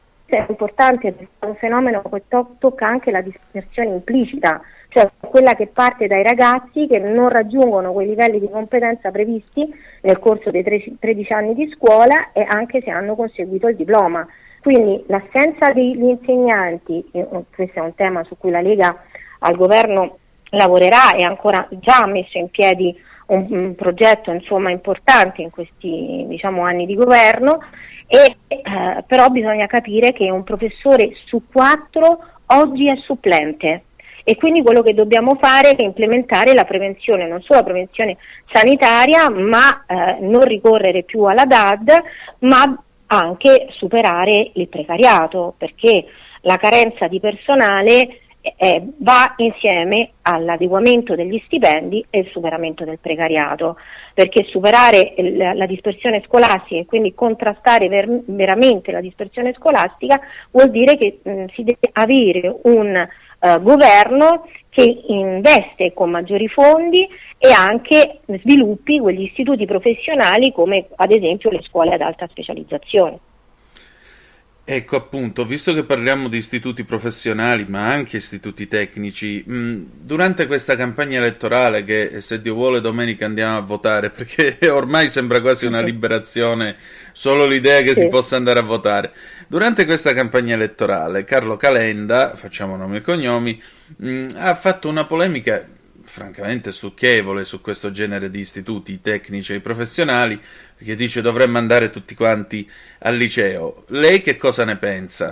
È importante perché è un fenomeno che to- tocca anche la dispersione implicita, cioè quella che parte dai ragazzi che non raggiungono quei livelli di competenza previsti nel corso dei tredici anni di scuola, e anche se hanno conseguito il diploma. Quindi l'assenza degli insegnanti, eh, questo è un tema su cui la Lega al governo lavorerà e ancora già ha messo in piedi un, un progetto insomma importante in questi diciamo anni di governo, e eh, però bisogna capire che un professore su quattro oggi è supplente, e quindi quello che dobbiamo fare è implementare la prevenzione, non solo la prevenzione sanitaria, ma eh, non ricorrere più alla D A D, ma anche superare il precariato, perché la carenza di personale Eh, va insieme all'adeguamento degli stipendi e il superamento del precariato, perché superare il, la dispersione scolastica e quindi contrastare ver, veramente la dispersione scolastica vuol dire che mh, si deve avere un uh, governo che investe con maggiori fondi e anche sviluppi quegli istituti professionali come ad esempio le scuole ad alta specializzazione. Ecco, appunto, visto che parliamo di istituti professionali, ma anche istituti tecnici, mh, durante questa campagna elettorale, che se Dio vuole domenica andiamo a votare, perché ormai sembra quasi una liberazione solo l'idea che sì. si possa andare a votare, durante questa campagna elettorale Carlo Calenda, facciamo nomi e cognomi, mh, ha fatto una polemica francamente stucchevole su questo genere di istituti tecnici e professionali, perché dice dovremmo andare tutti quanti al liceo. Lei che cosa ne pensa?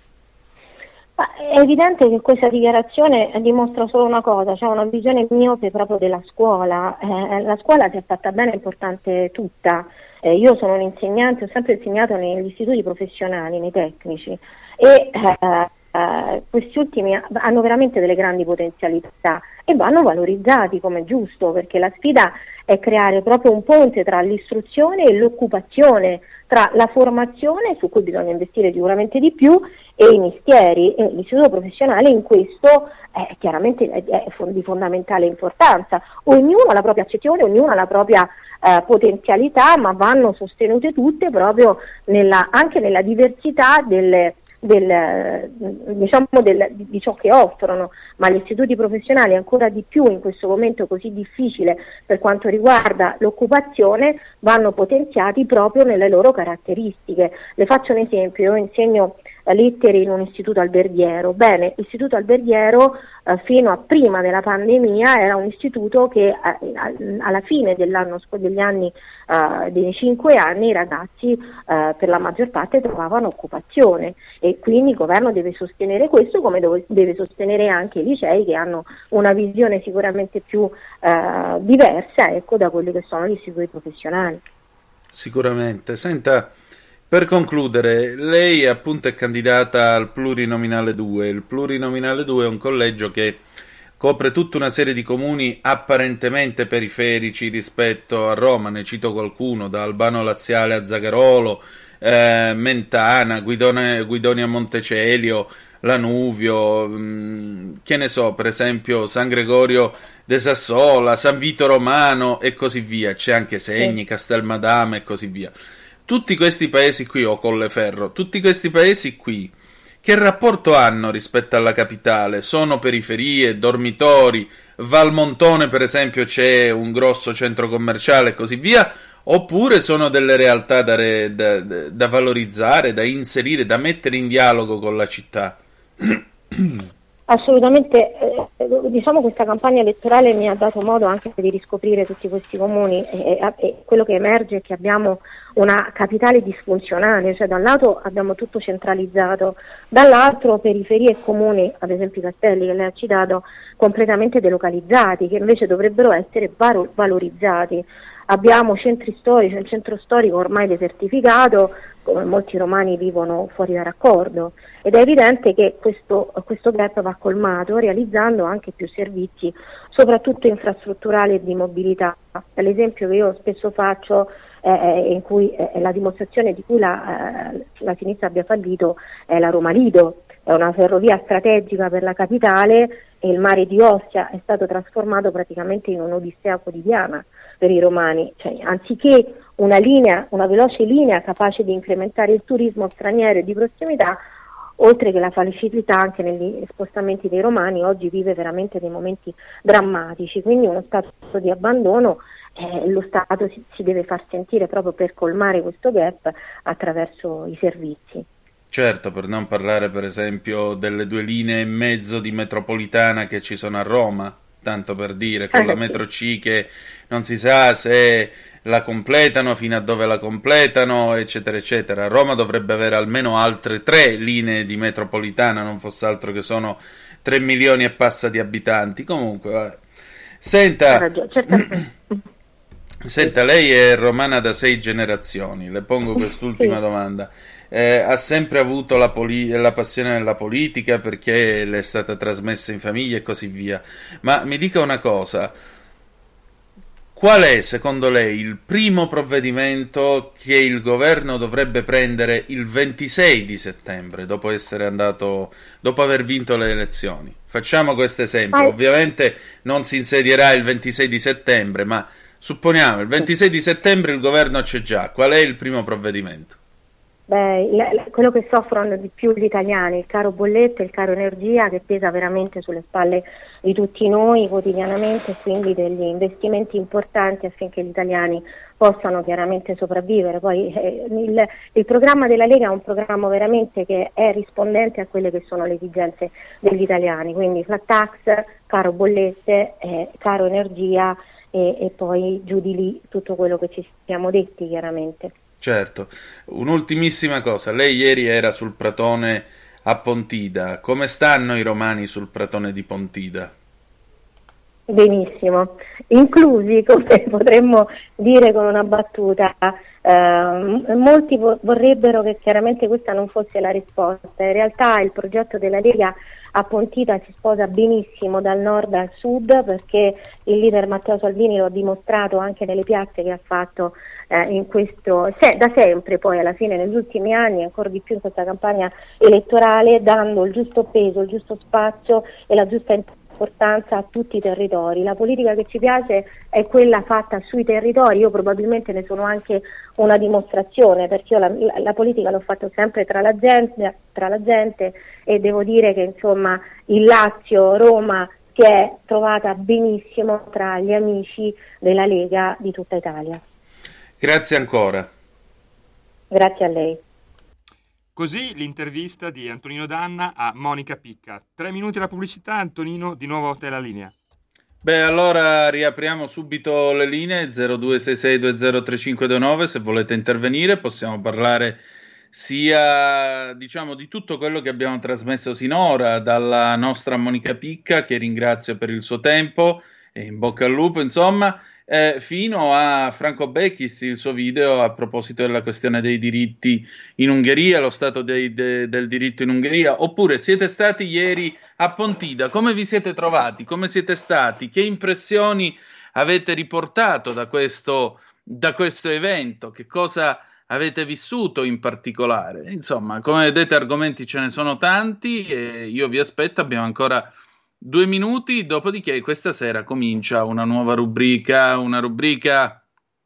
Ma è evidente che questa dichiarazione dimostra solo una cosa, cioè una visione miope proprio della scuola. Eh, la scuola, si è fatta bene, è importante tutta. Eh, io sono un insegnante, ho sempre insegnato negli istituti professionali, nei tecnici, e eh, Uh, questi ultimi hanno veramente delle grandi potenzialità e vanno valorizzati come è giusto, perché la sfida è creare proprio un ponte tra l'istruzione e l'occupazione, tra la formazione, su cui bisogna investire sicuramente di più, e i mestieri. E l'istituto professionale in questo è chiaramente è, è di fondamentale importanza. Ognuno ha la propria accezione, ognuno ha la propria uh, potenzialità, ma vanno sostenute tutte proprio nella, anche nella diversità delle Del, diciamo del, di ciò che offrono, ma gli istituti professionali ancora di più in questo momento così difficile per quanto riguarda l'occupazione vanno potenziati proprio nelle loro caratteristiche. Le faccio un esempio: io insegno lettere in un istituto alberghiero. Bene, l'istituto alberghiero eh, fino a prima della pandemia era un istituto che eh, alla fine dell'anno, degli anni, eh, dei cinque anni, i ragazzi eh, per la maggior parte trovavano occupazione, e quindi il governo deve sostenere questo, come dove, deve sostenere anche i licei, che hanno una visione sicuramente più eh, diversa, ecco, da quelli che sono gli istituti professionali. Sicuramente. Senta, per concludere, lei appunto è candidata al Plurinominale due. Il Plurinominale due è un collegio che copre tutta una serie di comuni apparentemente periferici rispetto a Roma. Ne cito qualcuno: da Albano Laziale a Zagarolo, eh, Mentana, Guidone, Guidonia Montecelio, Lanuvio, mh, che ne so, per esempio San Gregorio de Sassola, San Vito Romano e così via. C'è anche Segni, sì. Castelmadama e così via. Tutti questi paesi qui, o Colleferro, tutti questi paesi qui, che rapporto hanno rispetto alla capitale? Sono periferie, dormitori? Valmontone, per esempio, c'è un grosso centro commerciale e così via? Oppure sono delle realtà da, re, da, da valorizzare, da inserire, da mettere in dialogo con la città? Assolutamente, eh, diciamo questa campagna elettorale mi ha dato modo anche di riscoprire tutti questi comuni, e, e, e quello che emerge è che abbiamo una capitale disfunzionale, cioè da un lato abbiamo tutto centralizzato, dall'altro periferie e comuni, ad esempio i Castelli che lei ha citato, completamente delocalizzati, che invece dovrebbero essere varo- valorizzati. Abbiamo centri storici, un centro storico ormai desertificato, molti romani vivono fuori da raccordo, ed è evidente che questo, questo gap va colmato realizzando anche più servizi, soprattutto infrastrutturali e di mobilità. L'esempio che io spesso faccio, eh, in cui eh, la dimostrazione di cui la, eh, la sinistra abbia fallito, è la Roma-Lido. È una ferrovia strategica per la capitale, e il mare di Ostia è stato trasformato praticamente in un'odissea quotidiana per i romani, cioè, anziché una linea, una veloce linea capace di incrementare il turismo straniero e di prossimità, oltre che la facilità anche negli spostamenti dei romani, oggi vive veramente dei momenti drammatici, quindi uno stato di abbandono. Eh, lo Stato si, si deve far sentire proprio per colmare questo gap attraverso i servizi. Certo, per non parlare per esempio delle due linee e mezzo di metropolitana che ci sono a Roma, tanto per dire, con la metro C che non si sa se la completano, fino a dove la completano, eccetera eccetera. Roma dovrebbe avere almeno altre tre linee di metropolitana, non fosse altro che sono tre milioni e passa di abitanti. Comunque, vabbè. Senta, senta, lei è romana da sei generazioni, le pongo quest'ultima domanda. Eh, ha sempre avuto la, poli- la passione nella politica perché le è stata trasmessa in famiglia e così via, ma mi dica una cosa: qual è secondo lei il primo provvedimento che il governo dovrebbe prendere il ventisei di settembre, dopo essere andato, dopo aver vinto le elezioni? Facciamo questo esempio. ah. Ovviamente non si insedierà il ventisei di settembre, ma supponiamo il ventisei di settembre il governo c'è già. Qual è il primo provvedimento? Beh, l- quello che soffrono di più gli italiani, il caro bollette, il caro energia, che pesa veramente sulle spalle di tutti noi quotidianamente, e quindi degli investimenti importanti affinché gli italiani possano chiaramente sopravvivere. Poi eh, il, il programma della Lega è un programma veramente che è rispondente a quelle che sono le esigenze degli italiani, quindi flat tax, caro bollette, eh, caro energia e, e poi giù di lì tutto quello che ci siamo detti chiaramente. Certo. Un'ultimissima cosa, lei ieri era sul Pratone a Pontida, come stanno i romani sul Pratone di Pontida? Benissimo, inclusi, come potremmo dire con una battuta, eh, molti vo- vorrebbero che chiaramente questa non fosse la risposta. In realtà il progetto della Lega a Pontida si sposa benissimo dal nord al sud, perché il leader Matteo Salvini lo ha dimostrato anche nelle piazze che ha fatto eh, in questo, se, da sempre, poi alla fine negli ultimi anni, ancora di più in questa campagna elettorale, dando il giusto peso, il giusto spazio e la giusta importanza a tutti i territori. La politica che ci piace è quella fatta sui territori. Io probabilmente ne sono anche una dimostrazione, perché io la, la, la politica l'ho fatta sempre tra la gente, tra la gente e devo dire che insomma il Lazio, Roma si è trovata benissimo tra gli amici della Lega di tutta Italia. Grazie ancora. Grazie a lei. Così l'intervista di Antonino Danna a Monica Picca. Tre minuti la pubblicità, Antonino, di nuovo a te la linea. Beh, allora riapriamo subito le linee zero due sei sei due zero tre cinque due nove se volete intervenire, possiamo parlare sia, diciamo, di tutto quello che abbiamo trasmesso sinora dalla nostra Monica Picca, che ringrazio per il suo tempo e in bocca al lupo, insomma, eh, fino a Franco Becchis, il suo video a proposito della questione dei diritti in Ungheria, lo stato dei, de, del diritto in Ungheria. Oppure siete stati ieri a Pontida, come vi siete trovati, come siete stati, che impressioni avete riportato da questo, da questo evento, che cosa avete vissuto in particolare? Insomma, come vedete, argomenti ce ne sono tanti e io vi aspetto, abbiamo ancora due minuti, dopodiché questa sera comincia una nuova rubrica, una rubrica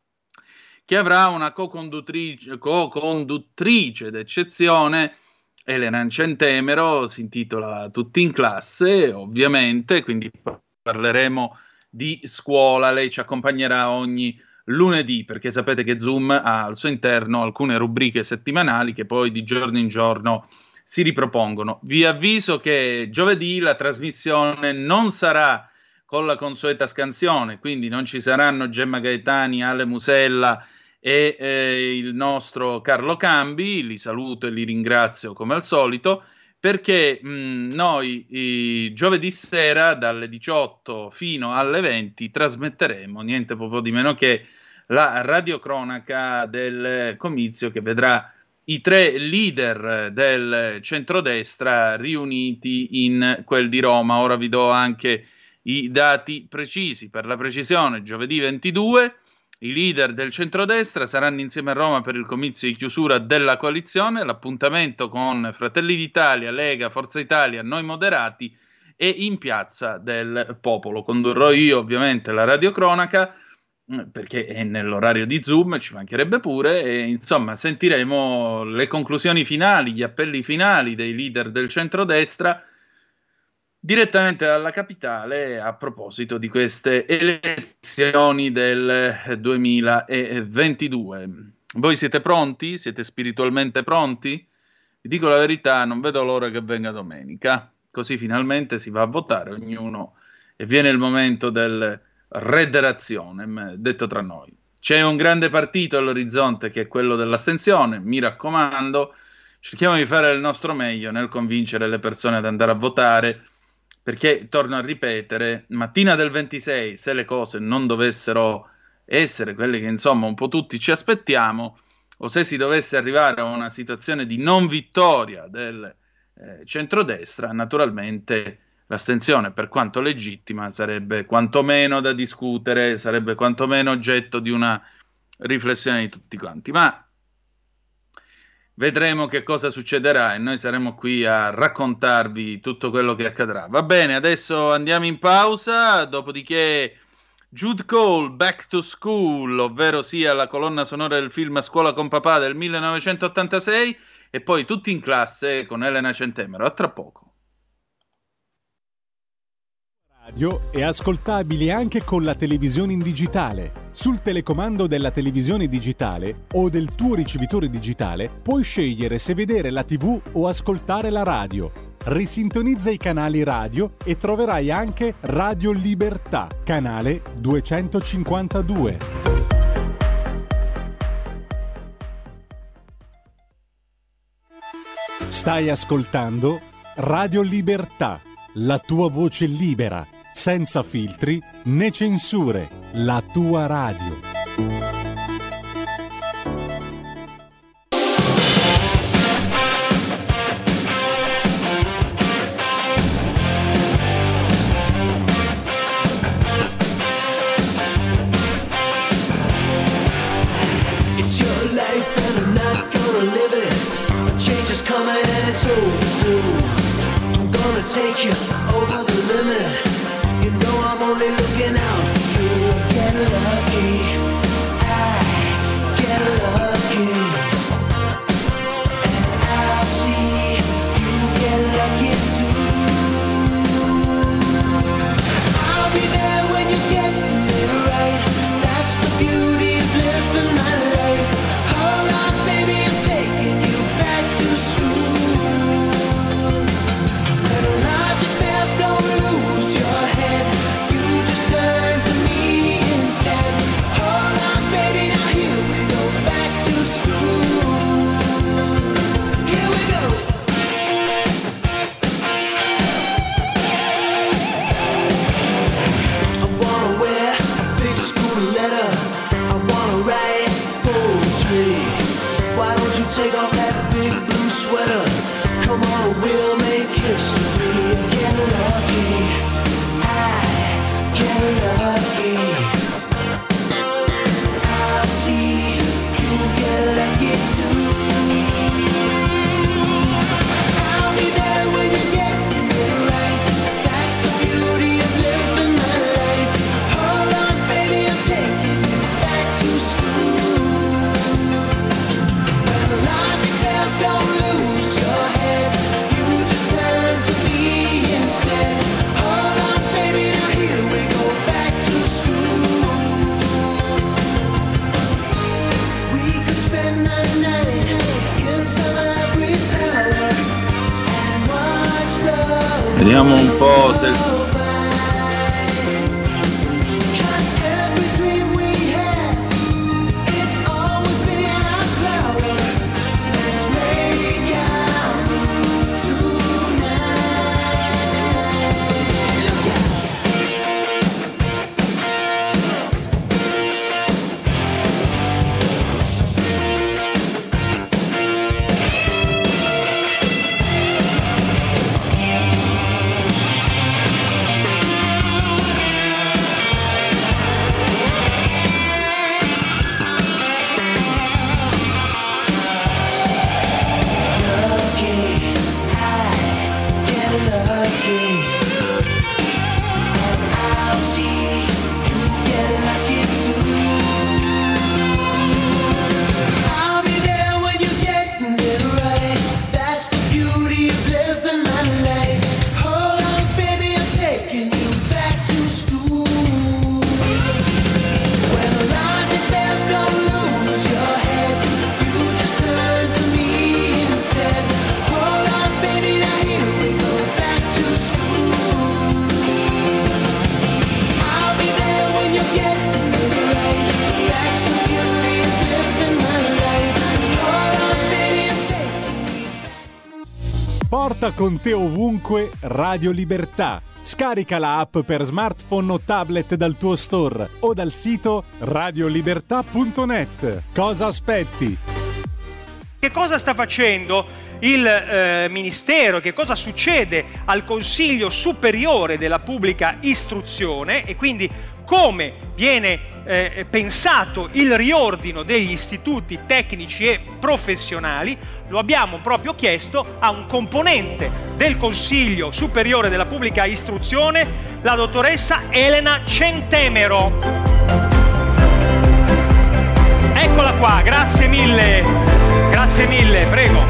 che avrà una co-conduttrice, co-conduttrice d'eccezione, Elena Centemero, si intitola Tutti in classe, ovviamente, quindi parleremo di scuola, lei ci accompagnerà ogni lunedì, perché sapete che Zoom ha al suo interno alcune rubriche settimanali che poi di giorno in giorno si ripropongono. Vi avviso che giovedì la trasmissione non sarà con la consueta scansione, quindi non ci saranno Gemma Gaetani, Ale Musella e eh, il nostro Carlo Cambi, li saluto e li ringrazio come al solito, perché mh, noi i, giovedì sera dalle diciotto fino alle venti trasmetteremo niente poco di meno che la radiocronaca del comizio, che vedrà i tre leader del centrodestra riuniti in quel di Roma. Ora vi do anche i dati precisi. Per la precisione, giovedì ventidue i leader del centrodestra saranno insieme a Roma per il comizio di chiusura della coalizione, l'appuntamento con Fratelli d'Italia, Lega, Forza Italia, Noi Moderati e in Piazza del Popolo. Condurrò io ovviamente la radiocronaca, perché è nell'orario di Zoom, ci mancherebbe pure, e insomma sentiremo le conclusioni finali, gli appelli finali dei leader del centrodestra direttamente dalla capitale a proposito di queste elezioni del duemilaventidue. Voi siete pronti? Siete spiritualmente pronti? Vi dico la verità, non vedo l'ora che venga domenica, così finalmente si va a votare ognuno e viene il momento del rederazione, detto tra noi. C'è un grande partito all'orizzonte che è quello dell'astensione, mi raccomando, cerchiamo di fare il nostro meglio nel convincere le persone ad andare a votare, perché, torno a ripetere, mattina del ventisei, se le cose non dovessero essere quelle che insomma un po' tutti ci aspettiamo, o se si dovesse arrivare a una situazione di non vittoria del eh, centrodestra, naturalmente l'astensione, per quanto legittima, sarebbe quantomeno da discutere, sarebbe quantomeno oggetto di una riflessione di tutti quanti. Ma vedremo che cosa succederà e noi saremo qui a raccontarvi tutto quello che accadrà. Va bene, adesso andiamo in pausa, dopodiché Jude Cole, Back to School, ovvero sia la colonna sonora del film A Scuola con Papà del millenovecentottantasei, e poi Tutti in classe con Elena Centemero. A tra poco. Radio è ascoltabile anche con la televisione in digitale. Sul telecomando della televisione digitale o del tuo ricevitore digitale puoi scegliere se vedere la tivù o ascoltare la radio. Risintonizza i canali radio e troverai anche Radio Libertà, canale duecentocinquantadue. Stai ascoltando Radio Libertà, la tua voce libera, senza filtri né censure, la tua radio. It's your life and I'm not gonna live it. A change is coming and it's overdue. I'm gonna take you over the limit. You know I'm only looking out for you. I get lucky, I get lucky, and I see you get lucky too. I'll be there when you get it right. That's the beauty of living my life. Alright baby, I'm taking you back to school. Come on, we'll make history. Get lucky, I get lucky. I'll see you get lucky too. I'll be there when you get it right. That's the beauty of living my life. Hold on, baby, I'm taking you back to school. When logic fails, don't lose your head. You just turn to me instead. Hold on, baby, now here we go back to school. We could spend the night in some ivory tower and watch the Vediamo un po' se il Porta con te ovunque Radio Libertà. Scarica la app per smartphone o tablet dal tuo store o dal sito radio libertà punto net. Cosa aspetti? Che cosa sta facendo il eh, Ministero? Che cosa succede al Consiglio Superiore della Pubblica Istruzione e quindi come viene eh, pensato il riordino degli istituti tecnici e professionali? Lo abbiamo proprio chiesto a un componente del Consiglio Superiore della Pubblica Istruzione, la dottoressa Elena Centemero. Eccola qua, grazie mille, grazie mille, prego.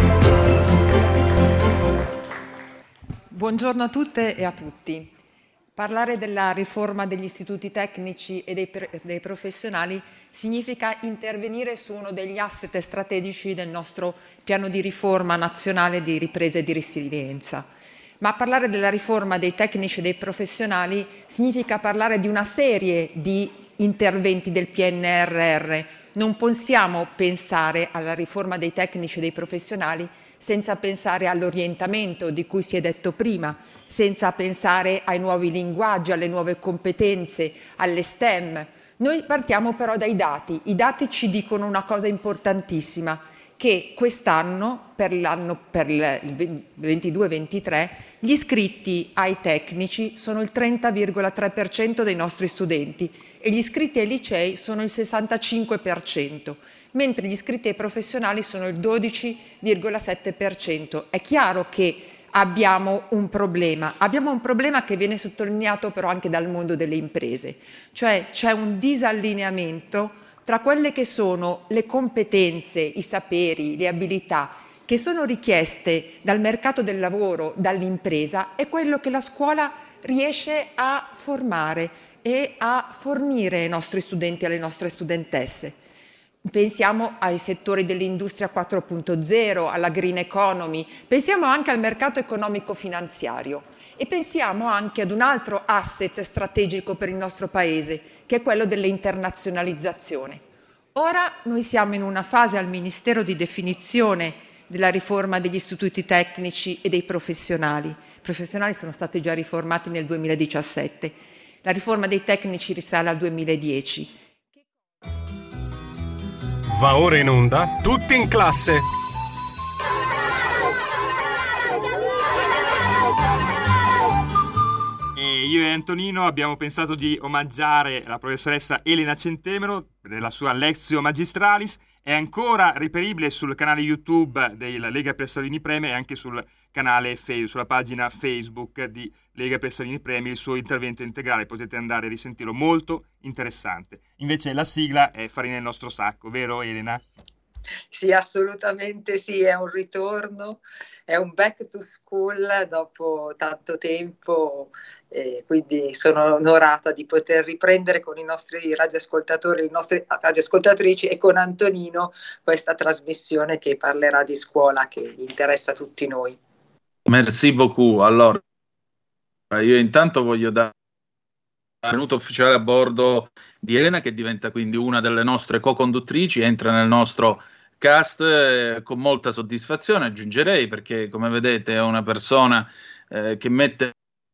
Buongiorno a tutte e a tutti. Parlare della riforma degli istituti tecnici e dei, dei professionali significa intervenire su uno degli asset strategici del nostro piano di riforma nazionale di ripresa e di resilienza. Ma parlare della riforma dei tecnici e dei professionali significa parlare di una serie di interventi del P N R R. Non possiamo pensare alla riforma dei tecnici e dei professionali senza pensare all'orientamento di cui si è detto prima, senza pensare ai nuovi linguaggi, alle nuove competenze, alle STEM. Noi partiamo però dai dati. I dati ci dicono una cosa importantissima, che quest'anno, per l'anno per il ventidue ventitré, gli iscritti ai tecnici sono il trenta virgola tre per cento dei nostri studenti e gli iscritti ai licei sono il sessantacinque per cento. Mentre gli iscritti ai professionali sono il dodici virgola sette per cento. È chiaro che abbiamo un problema, abbiamo un problema che viene sottolineato però anche dal mondo delle imprese, cioè c'è un disallineamento tra quelle che sono le competenze, i saperi, le abilità che sono richieste dal mercato del lavoro, dall'impresa e quello che la scuola riesce a formare e a fornire ai nostri studenti e alle nostre studentesse. Pensiamo ai settori dell'industria quattro punto zero, alla green economy, pensiamo anche al mercato economico finanziario e pensiamo anche ad un altro asset strategico per il nostro Paese, che è quello dell'internazionalizzazione. Ora noi siamo in una fase al Ministero di definizione della riforma degli istituti tecnici e dei professionali. I professionali sono stati già riformati nel duemiladiciassette. La riforma dei tecnici risale al duemiladieci. Va ora in onda Tutti in classe. io e Antonino abbiamo pensato di omaggiare la professoressa Elena Centemero della sua Lectio Magistralis. È ancora reperibile sul canale YouTube della Lega per Salvini Premier e anche sul canale Facebook, sulla pagina Facebook di Lega per Salvini Premier, il suo intervento integrale. Potete andare a risentirlo, molto interessante. Invece la sigla è farina nel nostro sacco, vero Elena? Sì, assolutamente sì, è un ritorno, è un back to school dopo tanto tempo, e quindi sono onorata di poter riprendere con i nostri radioascoltatori, le nostre radioascoltatrici e con Antonino questa trasmissione che parlerà di scuola, che interessa a tutti noi. Merci beaucoup. Allora, io intanto voglio dare il benvenuto ufficiale a bordo di Elena, che diventa quindi una delle nostre co-conduttrici, entra nel nostro cast eh, con molta soddisfazione, aggiungerei, perché come vedete è una persona eh, che mette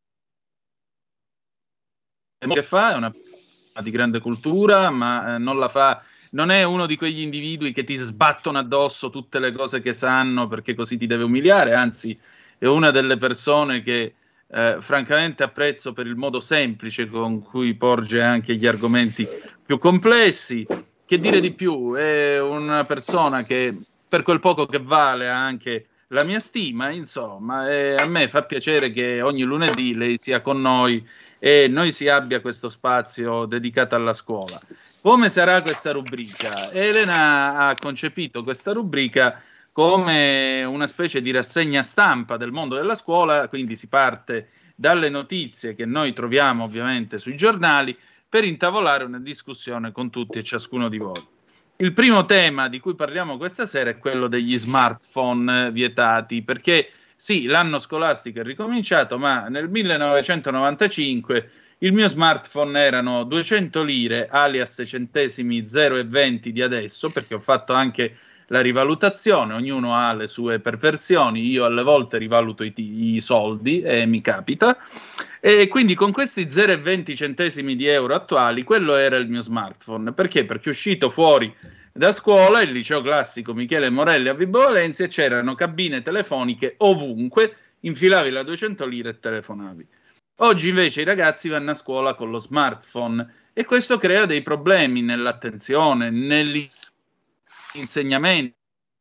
che fa, è una persona di grande cultura, ma eh, non la fa, non è uno di quegli individui che ti sbattono addosso tutte le cose che sanno perché così ti deve umiliare, anzi è una delle persone che eh, francamente apprezzo per il modo semplice con cui porge anche gli argomenti più complessi. Che dire di più, è una persona che per quel poco che vale ha anche la mia stima, insomma, e a me fa piacere che ogni lunedì lei sia con noi e noi si abbia questo spazio dedicato alla scuola. Come sarà questa rubrica? Elena ha concepito questa rubrica come una specie di rassegna stampa del mondo della scuola, quindi si parte dalle notizie che noi troviamo ovviamente sui giornali per intavolare una discussione con tutti e ciascuno di voi. Il primo tema di cui parliamo questa sera è quello degli smartphone vietati, perché sì, l'anno scolastico è ricominciato, ma nel millenovecentonovantacinque il mio smartphone erano duecento lire, alias centesimi zero e venti di adesso, perché ho fatto anche la rivalutazione, ognuno ha le sue perversioni, io alle volte rivaluto i, i soldi e mi capita, e quindi con questi zero e venti centesimi di euro attuali quello era il mio smartphone. Perché? Perché uscito fuori da scuola, il liceo classico Michele Morelli a Vibo Valentia, c'erano cabine telefoniche ovunque, infilavi la duecento lire e telefonavi. Oggi invece i ragazzi vanno a scuola con lo smartphone e questo crea dei problemi nell'attenzione, nell'insegnamento,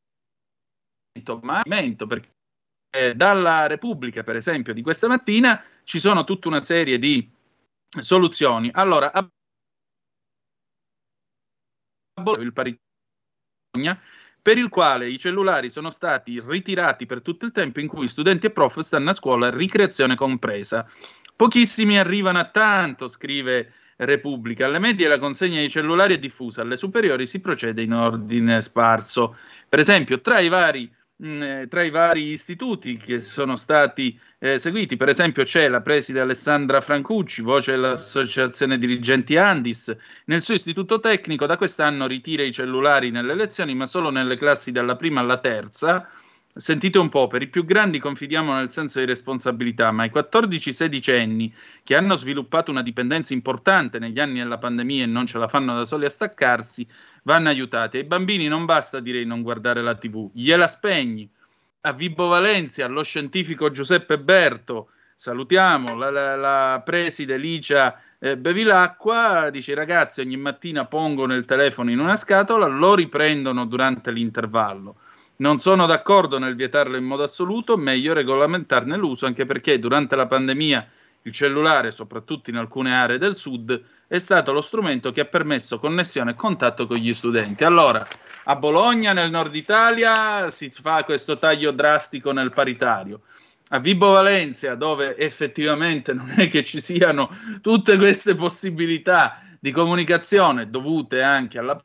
ma perché dalla Repubblica, per esempio, di questa mattina ci sono tutta una serie di soluzioni. Allora, il paritogna, per il quale i cellulari sono stati ritirati per tutto il tempo in cui studenti e prof stanno a scuola, ricreazione compresa. Pochissimi arrivano a tanto, scrive Repubblica. Alle medie la consegna dei cellulari è diffusa, alle superiori si procede in ordine sparso. Per esempio, tra i vari tra i vari istituti che sono stati eh, seguiti, per esempio c'è la preside Alessandra Francucci, voce dell'associazione dirigenti Andis. Nel suo istituto tecnico da quest'anno ritira i cellulari nelle lezioni, ma solo nelle classi dalla prima alla terza. Sentite un po', per i più grandi confidiamo nel senso di responsabilità, ma i quattordici sedicenni che hanno sviluppato una dipendenza importante negli anni della pandemia e non ce la fanno da soli a staccarsi, vanno aiutati. Ai bambini non basta dire di non guardare la tivù, gliela spegni. A Vibo Valentia, allo scientifico Giuseppe Berto, salutiamo la, la, la preside Licia eh, Bevilacqua, dice: i ragazzi ogni mattina pongono il telefono in una scatola, lo riprendono durante l'intervallo. Non sono d'accordo nel vietarlo in modo assoluto, meglio regolamentarne l'uso, anche perché durante la pandemia il cellulare, soprattutto in alcune aree del sud, è stato lo strumento che ha permesso connessione e contatto con gli studenti. Allora, a Bologna, nel nord Italia, si fa questo taglio drastico nel paritario. A Vibo Valentia, dove effettivamente non è che ci siano tutte queste possibilità di comunicazione dovute anche alla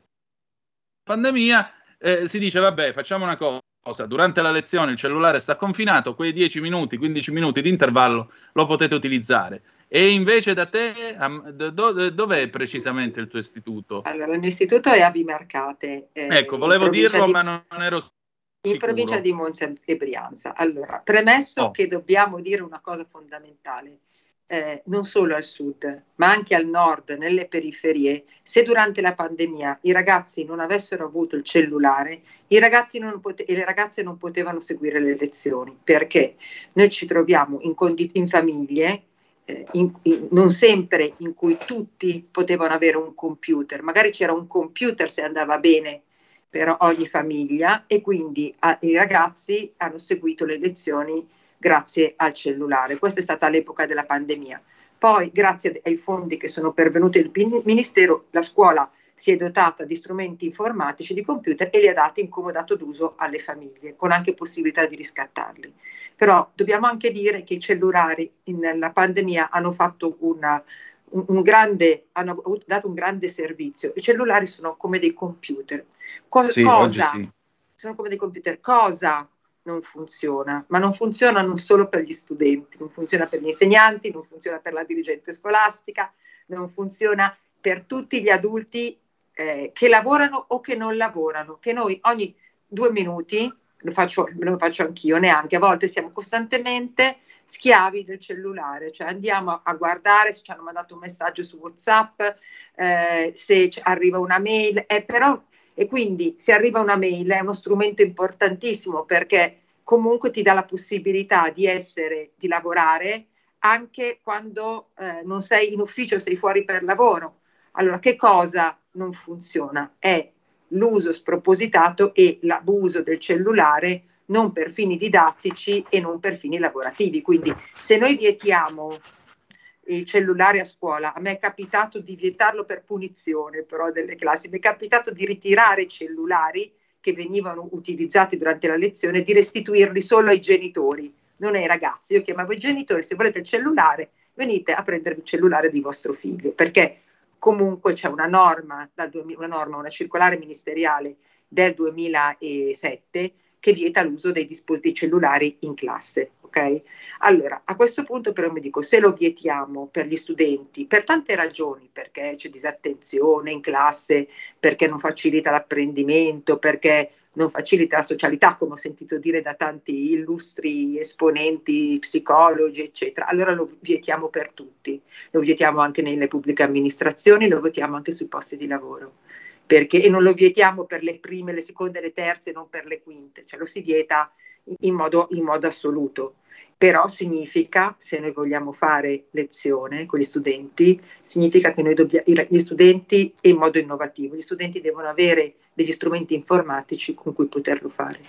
pandemia, eh, si dice vabbè, facciamo una cosa, durante la lezione il cellulare sta confinato, quei dieci minuti, quindici minuti di intervallo lo potete utilizzare. E invece da te, do, dov'è precisamente il tuo istituto? Allora, il mio istituto è a Vimercate. Eh, ecco, volevo dirlo, di... ma non ero sicuro. In provincia di Monza e Brianza. Allora, premesso oh. che dobbiamo dire una cosa fondamentale, eh, non solo al sud, ma anche al nord, nelle periferie, se durante la pandemia i ragazzi non avessero avuto il cellulare, i ragazzi non pote- e le ragazze non potevano seguire le lezioni, perché noi ci troviamo in, condi- in famiglie eh, in, in, non sempre in cui tutti potevano avere un computer, magari c'era un computer se andava bene per ogni famiglia, e quindi a, i ragazzi hanno seguito le lezioni grazie al cellulare. Questa è stata l'epoca della pandemia. Poi, grazie ai fondi che sono pervenuti dal Ministero, la scuola si è dotata di strumenti informatici, di computer, e li ha dati in comodato d'uso alle famiglie, con anche possibilità di riscattarli. Però dobbiamo anche dire che i cellulari nella pandemia hanno fatto una, un, un grande, hanno dato un grande servizio. I cellulari sono come dei computer. Co- sì, cosa? Sì. Sono come dei computer. Cosa non funziona? Ma non funziona non solo per gli studenti, non funziona per gli insegnanti, non funziona per la dirigente scolastica, non funziona per tutti gli adulti eh, che lavorano o che non lavorano, che noi ogni due minuti, lo faccio, lo faccio anch'io, neanche, a volte siamo costantemente schiavi del cellulare, cioè andiamo a guardare se ci hanno mandato un messaggio su WhatsApp, eh, se arriva una mail, eh, però, e quindi se arriva una mail è uno strumento importantissimo, perché comunque ti dà la possibilità di essere, di lavorare anche quando eh, non sei in ufficio, sei fuori per lavoro. Allora, che cosa non funziona? È l'uso spropositato e l'abuso del cellulare non per fini didattici e non per fini lavorativi. Quindi se noi vietiamo il cellulare a scuola, a me è capitato di vietarlo per punizione però delle classi, mi è capitato di ritirare i cellulari che venivano utilizzati durante la lezione, di restituirli solo ai genitori, non ai ragazzi. Io chiamavo i genitori: se volete il cellulare venite a prendere il cellulare di vostro figlio, perché comunque c'è una norma, dal duemila, una norma, una circolare ministeriale del duemilasette che vieta l'uso dei dispositivi cellulari in classe. Ok? Allora, a questo punto però mi dico, se lo vietiamo per gli studenti, per tante ragioni, perché c'è disattenzione in classe, perché non facilita l'apprendimento, perché non facilita la socialità, come ho sentito dire da tanti illustri esponenti, psicologi, eccetera, allora lo vietiamo per tutti, lo vietiamo anche nelle pubbliche amministrazioni, lo vietiamo anche sui posti di lavoro, perché, e non lo vietiamo per le prime, le seconde, le terze, non per le quinte, cioè lo si vieta in modo, in modo assoluto. Però significa, se noi vogliamo fare lezione con gli studenti, significa che noi dobbiamo, gli studenti, in modo innovativo, gli studenti devono avere degli strumenti informatici con cui poterlo fare.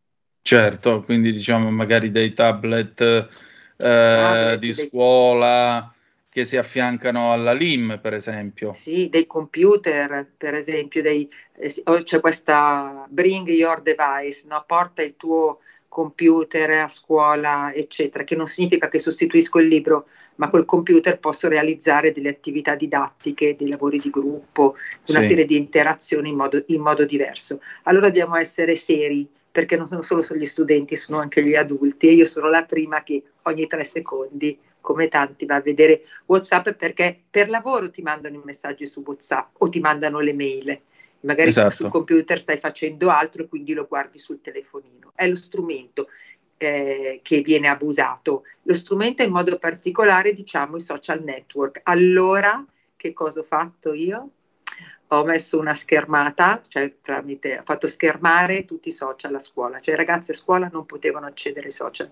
Certo, quindi diciamo magari dei tablet, eh, tablet di dei... scuola che si affiancano alla L I M, per esempio. Sì, dei computer, per esempio, dei, eh, c'è questa Bring Your Device, no? Porta il tuo computer a scuola, eccetera, che non significa che sostituisco il libro, ma col computer posso realizzare delle attività didattiche, dei lavori di gruppo, una sì. serie di interazioni in modo, in modo diverso. Allora dobbiamo essere seri, perché non sono solo gli studenti, sono anche gli adulti, e io sono la prima che ogni tre secondi, come tanti, va a vedere WhatsApp, perché per lavoro ti mandano i messaggi su WhatsApp o ti mandano le mail. Magari esatto. sul computer stai facendo altro e quindi lo guardi sul telefonino. È lo strumento eh, che viene abusato. Lo strumento in modo particolare, diciamo, i social network. Allora, che cosa ho fatto io? Ho messo una schermata, cioè tramite, ho fatto schermare tutti i social a scuola. Cioè i ragazzi a scuola non potevano accedere ai social.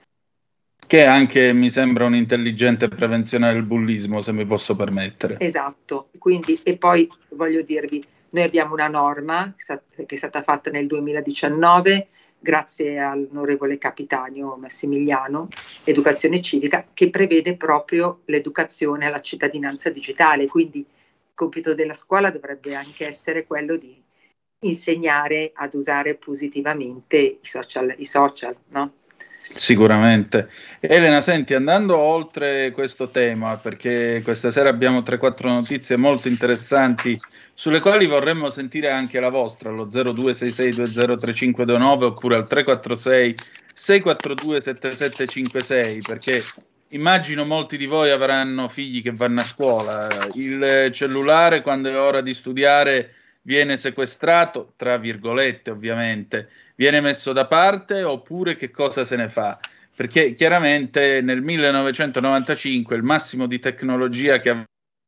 Che anche mi sembra un'intelligente prevenzione del bullismo, se mi posso permettere. Esatto. Quindi, e poi voglio dirvi, noi abbiamo una norma che è stata fatta nel duemiladiciannove grazie all'onorevole Capitanio Massimiliano, Educazione Civica, che prevede proprio l'educazione alla cittadinanza digitale. Quindi il compito della scuola dovrebbe anche essere quello di insegnare ad usare positivamente i social, i social, no? Sicuramente. Elena, senti, andando oltre questo tema, perché questa sera abbiamo tre quattro notizie molto interessanti sulle quali vorremmo sentire anche la vostra, allo zero due sei sei due zero tre cinque due nove oppure al tre quattro sei sei quattro due sette sette cinque sei, perché immagino molti di voi avranno figli che vanno a scuola. Il cellulare, quando è ora di studiare, viene sequestrato, tra virgolette ovviamente, viene messo da parte, oppure che cosa se ne fa? Perché chiaramente nel millenovecentonovantacinque il massimo di tecnologia che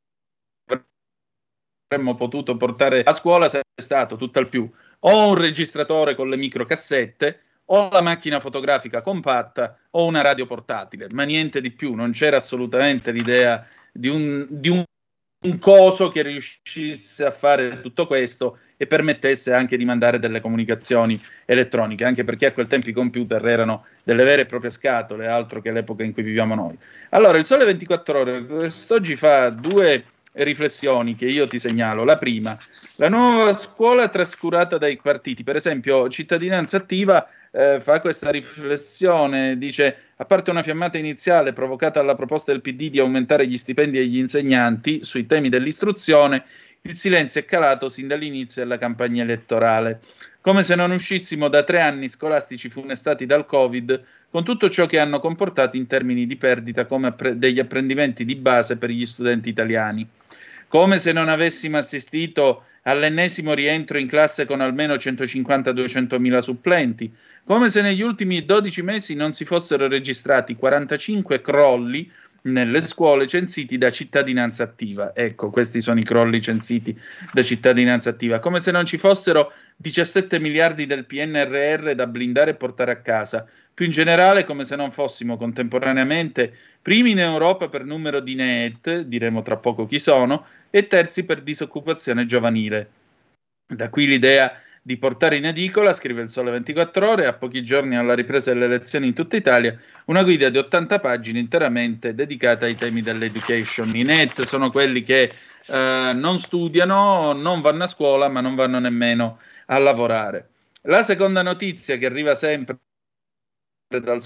avremmo potuto portare a scuola sarebbe stato tutt'al più o un registratore con le microcassette o la macchina fotografica compatta o una radio portatile, ma niente di più. Non c'era assolutamente l'idea di un, di un, un coso che riuscisse a fare tutto questo e permettesse anche di mandare delle comunicazioni elettroniche, anche perché a quel tempo i computer erano delle vere e proprie scatole, altro che l'epoca in cui viviamo noi. Allora, il Sole ventiquattro Ore quest'oggi fa due riflessioni che io ti segnalo. La prima, la nuova scuola trascurata dai partiti. Per esempio, Cittadinanza Attiva eh, fa questa riflessione, dice: a parte una fiammata iniziale provocata dalla proposta del P D di aumentare gli stipendi agli insegnanti sui temi dell'istruzione, il silenzio è calato sin dall'inizio della campagna elettorale, come se non uscissimo da tre anni scolastici funestati dal Covid, con tutto ciò che hanno comportato in termini di perdita come appre- degli apprendimenti di base per gli studenti italiani. Come se non avessimo assistito all'ennesimo rientro in classe con almeno centocinquanta duecentomila supplenti, come se negli ultimi dodici mesi non si fossero registrati quarantacinque crolli nelle scuole censiti da Cittadinanza Attiva. Ecco, questi sono i crolli censiti da Cittadinanza Attiva. Come se non ci fossero diciassette miliardi del P N R R da blindare e portare a casa. Più in generale, come se non fossimo contemporaneamente primi in Europa per numero di N E E T, diremo tra poco chi sono, e terzi per disoccupazione giovanile. Da qui l'idea di portare in edicola, scrive il Sole ventiquattro Ore, a pochi giorni alla ripresa delle elezioni in tutta Italia, una guida di ottanta pagine interamente dedicata ai temi dell'education. I N E E T sono quelli che eh, non studiano, non vanno a scuola, ma non vanno nemmeno a lavorare. La seconda notizia che arriva sempre dal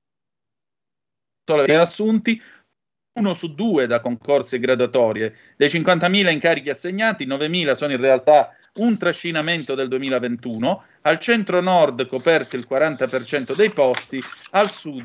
Sole assunti, uno su due da concorsi e graduatorie. Dei cinquantamila incarichi assegnati, novemila sono in realtà un trascinamento del duemilaventuno, al centro-nord coperto il quaranta per cento dei posti, al sud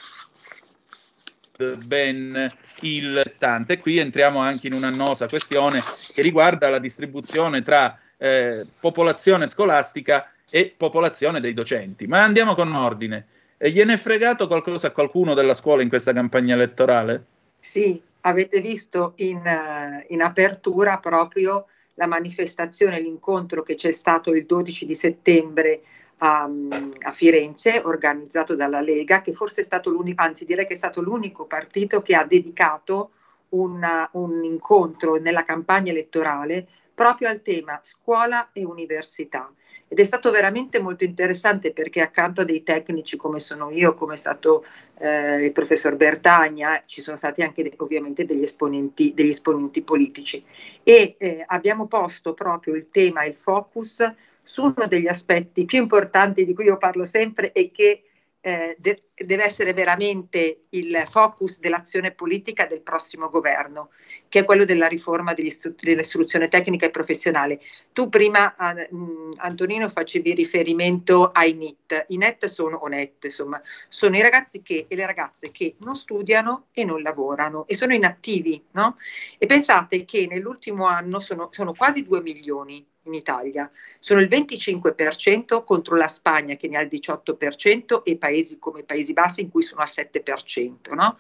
ben il settanta per cento. E qui entriamo anche in un'annosa questione che riguarda la distribuzione tra eh, popolazione scolastica e popolazione dei docenti. Ma andiamo con ordine. E gliene è fregato qualcosa a qualcuno della scuola in questa campagna elettorale? Sì, avete visto in, in apertura proprio la manifestazione, l'incontro che c'è stato il dodici di settembre a, a Firenze, organizzato dalla Lega, che forse è stato l'unico, anzi direi che è stato l'unico partito che ha dedicato una, un incontro nella campagna elettorale proprio al tema scuola e università. Ed è stato veramente molto interessante perché accanto a dei tecnici come sono io, come è stato eh, il professor Bertagna, ci sono stati anche de- ovviamente degli esponenti, degli esponenti politici e eh, abbiamo posto proprio il tema, il focus su uno degli aspetti più importanti di cui io parlo sempre e che eh, de- deve essere veramente il focus dell'azione politica del prossimo governo, che è quello della riforma dell'istruzione tecnica e professionale. Tu prima, uh, Antonino, facevi riferimento ai N I T. I N E T sono, o N E T, insomma, sono i ragazzi che, e le ragazze che non studiano e non lavorano e sono inattivi, no? E pensate che nell'ultimo anno sono, sono quasi due milioni in Italia, sono il venticinque per cento contro la Spagna che ne ha il diciotto per cento e paesi come i Paesi Bassi in cui sono al sette per cento, no?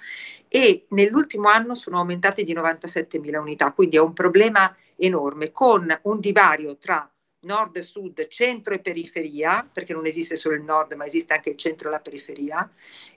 E nell'ultimo anno sono aumentati di novantasettemila unità, quindi è un problema enorme con un divario tra nord, sud, centro e periferia, perché non esiste solo il nord ma esiste anche il centro e la periferia,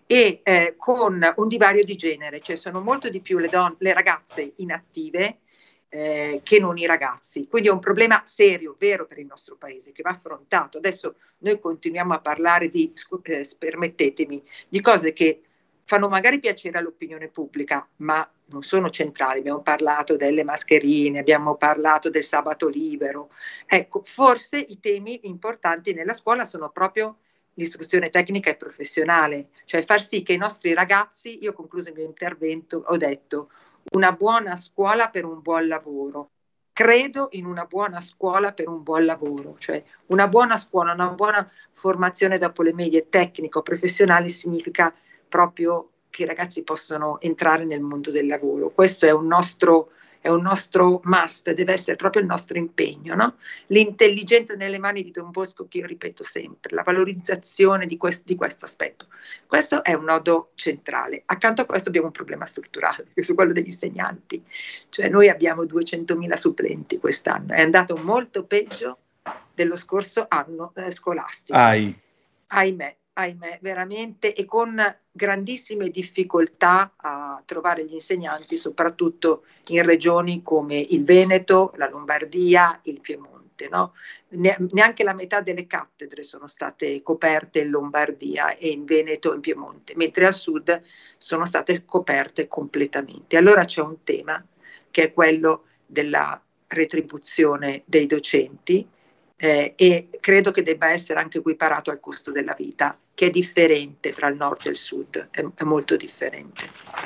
e eh, con un divario di genere, cioè sono molto di più le, don- le ragazze inattive Eh, che non i ragazzi, quindi è un problema serio, vero per il nostro paese che va affrontato. Adesso noi continuiamo a parlare di, eh, permettetemi, di cose che fanno magari piacere all'opinione pubblica ma non sono centrali. Abbiamo parlato delle mascherine, abbiamo parlato del sabato libero. Ecco, forse i temi importanti nella scuola sono proprio l'istruzione tecnica e professionale, cioè far sì che i nostri ragazzi, io ho concluso il mio intervento, ho detto una buona scuola per un buon lavoro. Credo in una buona scuola per un buon lavoro, cioè una buona scuola, una buona formazione dopo le medie tecnico-professionali significa proprio che i ragazzi possano entrare nel mondo del lavoro. Questo è un nostro, è un nostro must, deve essere proprio il nostro impegno, no? L'intelligenza nelle mani di Don Bosco, che io ripeto sempre, la valorizzazione di, quest- di questo aspetto. Questo è un nodo centrale. Accanto a questo abbiamo un problema strutturale, che è su quello degli insegnanti. Cioè noi abbiamo duecentomila supplenti quest'anno, è andato molto peggio dello scorso anno eh, scolastico. Ai. Ahimè. ahimè, veramente, e con grandissime difficoltà a trovare gli insegnanti, soprattutto in regioni come il Veneto, la Lombardia, il Piemonte, no? Ne- neanche la metà delle cattedre sono state coperte in Lombardia e in Veneto e in Piemonte, mentre al sud sono state coperte completamente. Allora c'è un tema che è quello della retribuzione dei docenti, eh, e credo che debba essere anche equiparato al costo della vita, che è differente tra il nord e il sud, è, è molto differente.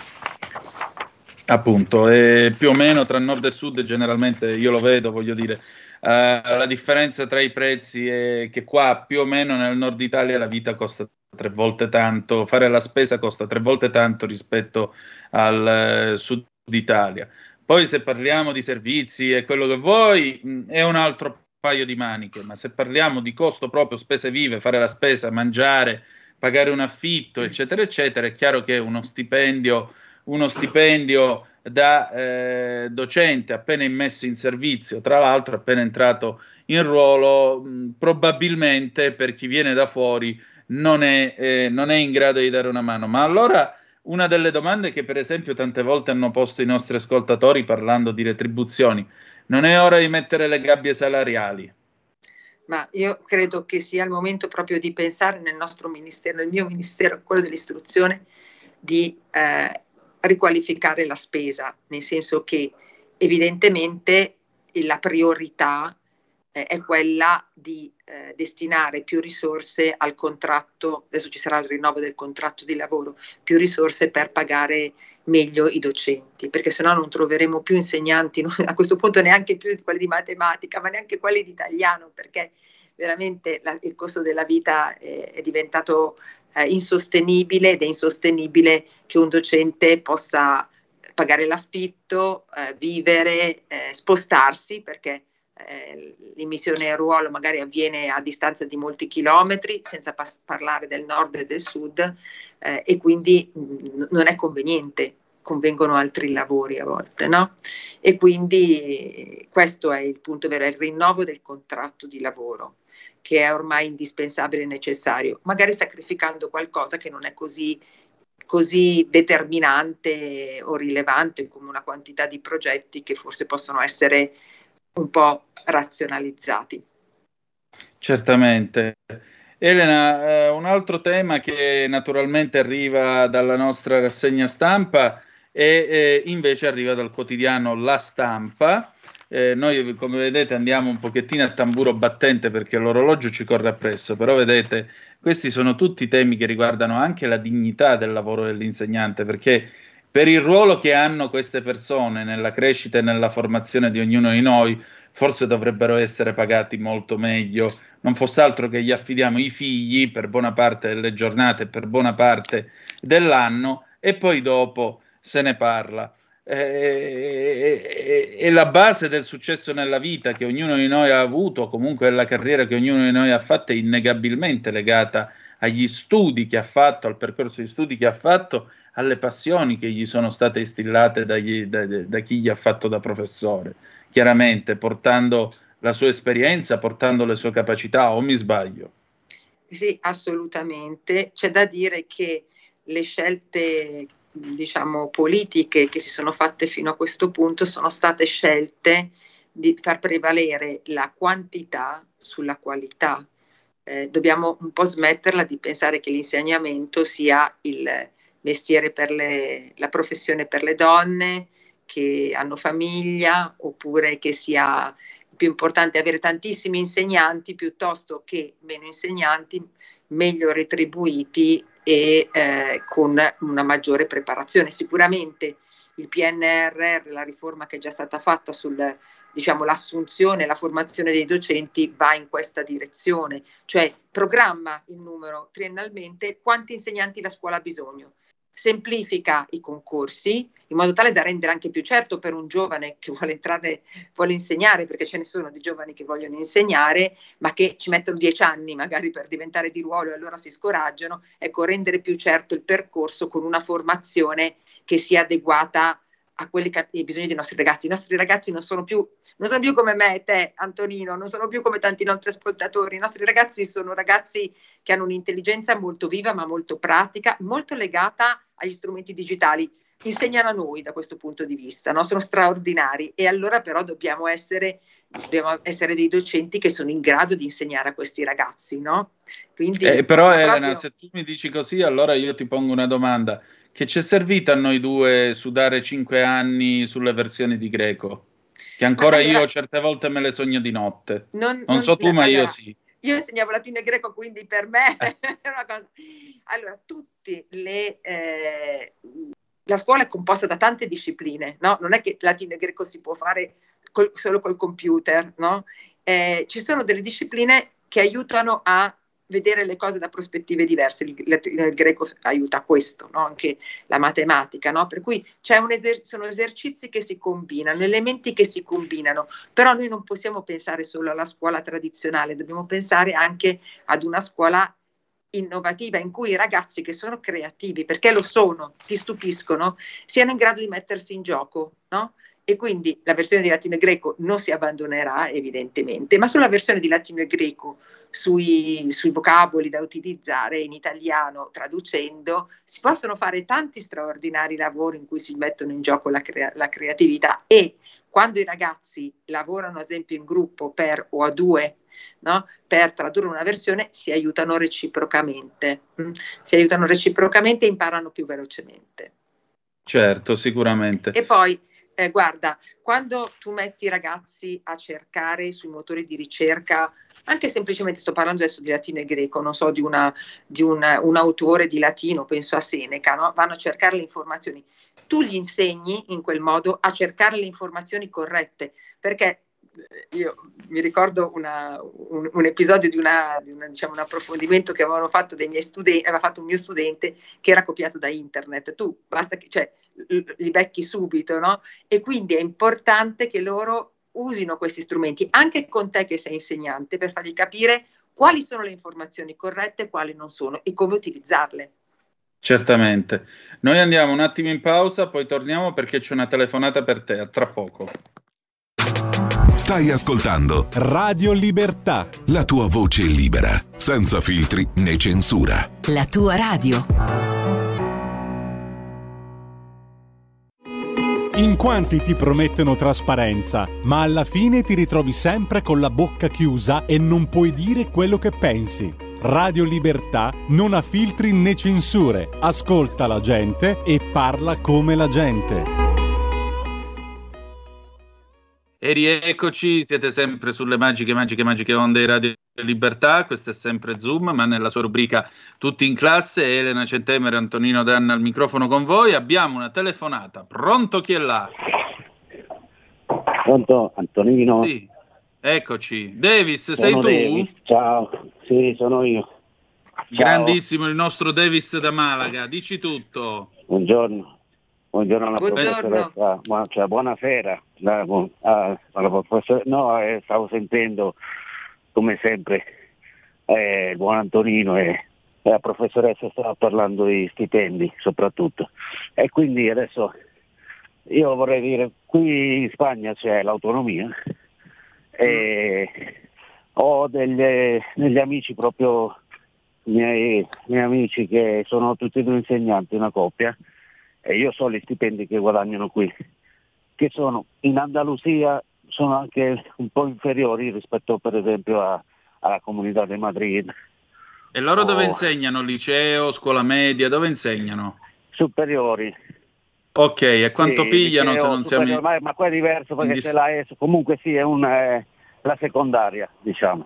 Appunto, e più o meno tra nord e sud generalmente io lo vedo, voglio dire, uh, la differenza tra i prezzi è che qua più o meno nel nord Italia la vita costa tre volte tanto, fare la spesa costa tre volte tanto rispetto al uh, sud Italia. Poi se parliamo di servizi e quello che vuoi, mh, è un altro paio di maniche, ma se parliamo di costo proprio, spese vive, fare la spesa, mangiare, pagare un affitto, eccetera, eccetera, è chiaro che uno stipendio, uno stipendio da eh, docente appena immesso in servizio, tra l'altro appena entrato in ruolo, mh, probabilmente per chi viene da fuori non è, eh, non è in grado di dare una mano. Ma allora una delle domande che per esempio tante volte hanno posto i nostri ascoltatori parlando di retribuzioni: non è ora di mettere le gabbie salariali? Ma io credo che sia il momento proprio di pensare nel nostro ministero, nel mio ministero, quello dell'istruzione, di eh, riqualificare la spesa, nel senso che evidentemente la priorità eh, è quella di eh, destinare più risorse al contratto, adesso ci sarà il rinnovo del contratto di lavoro, più risorse per pagare meglio i docenti, perché sennò non troveremo più insegnanti, no? A questo punto neanche più quelli di matematica, ma neanche quelli di italiano, perché veramente la, il costo della vita è, è diventato eh, insostenibile, ed è insostenibile che un docente possa pagare l'affitto, eh, vivere, eh, spostarsi, perché eh, l'immissione a ruolo magari avviene a distanza di molti chilometri, senza pas- parlare del nord e del sud, eh, e quindi mh, non è conveniente, convengono altri lavori a volte, no? E quindi questo è il punto vero, è il rinnovo del contratto di lavoro, che è ormai indispensabile e necessario, magari sacrificando qualcosa che non è così così determinante o rilevante come una quantità di progetti che forse possono essere un po' razionalizzati. Certamente. Elena, eh, un altro tema che naturalmente arriva dalla nostra rassegna stampa e eh, invece arriva dal quotidiano La Stampa. Eh, noi, come vedete, andiamo un pochettino a tamburo battente perché l'orologio ci corre appresso, però vedete, questi sono tutti temi che riguardano anche la dignità del lavoro dell'insegnante, perché per il ruolo che hanno queste persone nella crescita e nella formazione di ognuno di noi, forse dovrebbero essere pagati molto meglio, non fosse altro che gli affidiamo i figli per buona parte delle giornate, per buona parte dell'anno, e poi dopo se ne parla. È, è la base del successo nella vita che ognuno di noi ha avuto, comunque la carriera che ognuno di noi ha fatto è innegabilmente legata agli studi che ha fatto, al percorso di studi che ha fatto, alle passioni che gli sono state instillate dagli, da, da chi gli ha fatto da professore, chiaramente portando la sua esperienza, portando le sue capacità, o mi sbaglio? Sì, assolutamente. C'è da dire che le scelte, diciamo, politiche che si sono fatte fino a questo punto sono state scelte di far prevalere la quantità sulla qualità. Eh, dobbiamo un po' smetterla di pensare che l'insegnamento sia il mestiere per le, la professione per le donne che hanno famiglia, oppure che sia più importante avere tantissimi insegnanti piuttosto che meno insegnanti, meglio retribuiti e eh, con una maggiore preparazione. Sicuramente il P N R R, la riforma che è già stata fatta sul, diciamo, l'assunzione e la formazione dei docenti, va in questa direzione, cioè programma il numero triennalmente quanti insegnanti la scuola ha bisogno, semplifica i concorsi in modo tale da rendere anche più certo per un giovane che vuole entrare, vuole insegnare, perché ce ne sono di giovani che vogliono insegnare ma che ci mettono dieci anni magari per diventare di ruolo e allora si scoraggiano. Ecco, rendere più certo il percorso con una formazione che sia adeguata a quelli che, ai bisogni dei nostri ragazzi. I nostri ragazzi non sono più non sono più come me e te, Antonino, non sono più come tanti nostri ascoltatori. I nostri ragazzi sono ragazzi che hanno un'intelligenza molto viva, ma molto pratica, molto legata agli strumenti digitali. Insegnano a noi da questo punto di vista, no? Sono straordinari, e allora però dobbiamo essere, dobbiamo essere dei docenti che sono in grado di insegnare a questi ragazzi, no? Quindi, eh, però Elena, proprio... se tu mi dici così, allora io ti pongo una domanda. Che ci è servita a noi due sudare cinque anni sulle versioni di greco? Che ancora allora, io certe volte me le sogno di notte. Non, non, non so tu, ma allora, io sì. Io insegnavo latino e greco, quindi per me è una cosa... Allora, tutte le... Eh, la scuola è composta da tante discipline, no? Non è che latino e greco si può fare col, solo col computer, no? Eh, ci sono delle discipline che aiutano a vedere le cose da prospettive diverse. Il latino e il greco aiuta a questo, no? Anche la matematica, no? Per cui c'è un eser- sono esercizi che si combinano, elementi che si combinano, però noi non possiamo pensare solo alla scuola tradizionale, dobbiamo pensare anche ad una scuola innovativa in cui i ragazzi che sono creativi, perché lo sono, ti stupiscono, siano in grado di mettersi in gioco, no? E quindi la versione di latino e greco non si abbandonerà evidentemente, ma sulla versione di latino e greco, sui, sui vocaboli da utilizzare in italiano, traducendo, si possono fare tanti straordinari lavori in cui si mettono in gioco la, crea- la creatività, e quando i ragazzi lavorano ad esempio in gruppo per o a due, no? Per tradurre una versione, si aiutano reciprocamente, mm? si aiutano reciprocamente e imparano più velocemente. Certo, sicuramente. E poi Eh, guarda, quando tu metti i ragazzi a cercare sui motori di ricerca, anche semplicemente, sto parlando adesso di latino e greco, non so, di, una, di una, un autore di latino, penso a Seneca, no? Vanno a cercare le informazioni, tu gli insegni in quel modo a cercare le informazioni corrette, perché io mi ricordo una, un, un episodio di, una, di una, diciamo, un approfondimento che avevano fatto dei miei studenti, aveva fatto un mio studente che era copiato da internet. Tu basta che, cioè, li becchi subito, no? E quindi è importante che loro usino questi strumenti anche con te che sei insegnante, per fargli capire quali sono le informazioni corrette e quali non sono e come utilizzarle. Certamente. Noi andiamo un attimo in pausa, poi torniamo perché c'è una telefonata per te, a tra poco. Stai ascoltando Radio Libertà, la tua voce libera, senza filtri né censura. La tua radio. In quanti ti promettono trasparenza, ma alla fine ti ritrovi sempre con la bocca chiusa e non puoi dire quello che pensi. Radio Libertà non ha filtri né censure, ascolta la gente e parla come la gente. E rieccoci, siete sempre sulle magiche, magiche, magiche onde di Radio Libertà. Questo è sempre Zoom, ma nella sua rubrica Tutti in classe, Elena Centemere e Antonino Danna al microfono con voi. Abbiamo una telefonata. Pronto, chi è là? Pronto, Antonino? Sì, eccoci. Davis, sono sei tu? Davis. Ciao, sì, sono io. Ciao. Grandissimo, il nostro Davis da Malaga. Dici tutto. Buongiorno. Buongiorno alla Buongiorno. professoressa, buona, cioè, buonasera. La, bu- ah, alla professor- no, eh, stavo sentendo come sempre eh, il buon Antonino e, e la professoressa stava parlando di stipendi soprattutto. E quindi adesso io vorrei dire, qui in Spagna c'è l'autonomia e ho degli, degli amici proprio, miei, miei amici che sono tutti e due insegnanti, una coppia, e io so gli stipendi che guadagnano qui, che sono in Andalusia, sono anche un po' inferiori rispetto per esempio a, alla Comunità di Madrid. E loro dove Oh. insegnano? Liceo, scuola media, dove insegnano? Superiori. Ok, e quanto Sì, pigliano liceo, se non siamo... superiori, ma, ma qua è diverso perché Indis- c'è la E S, comunque sì, è un, eh, la secondaria, diciamo.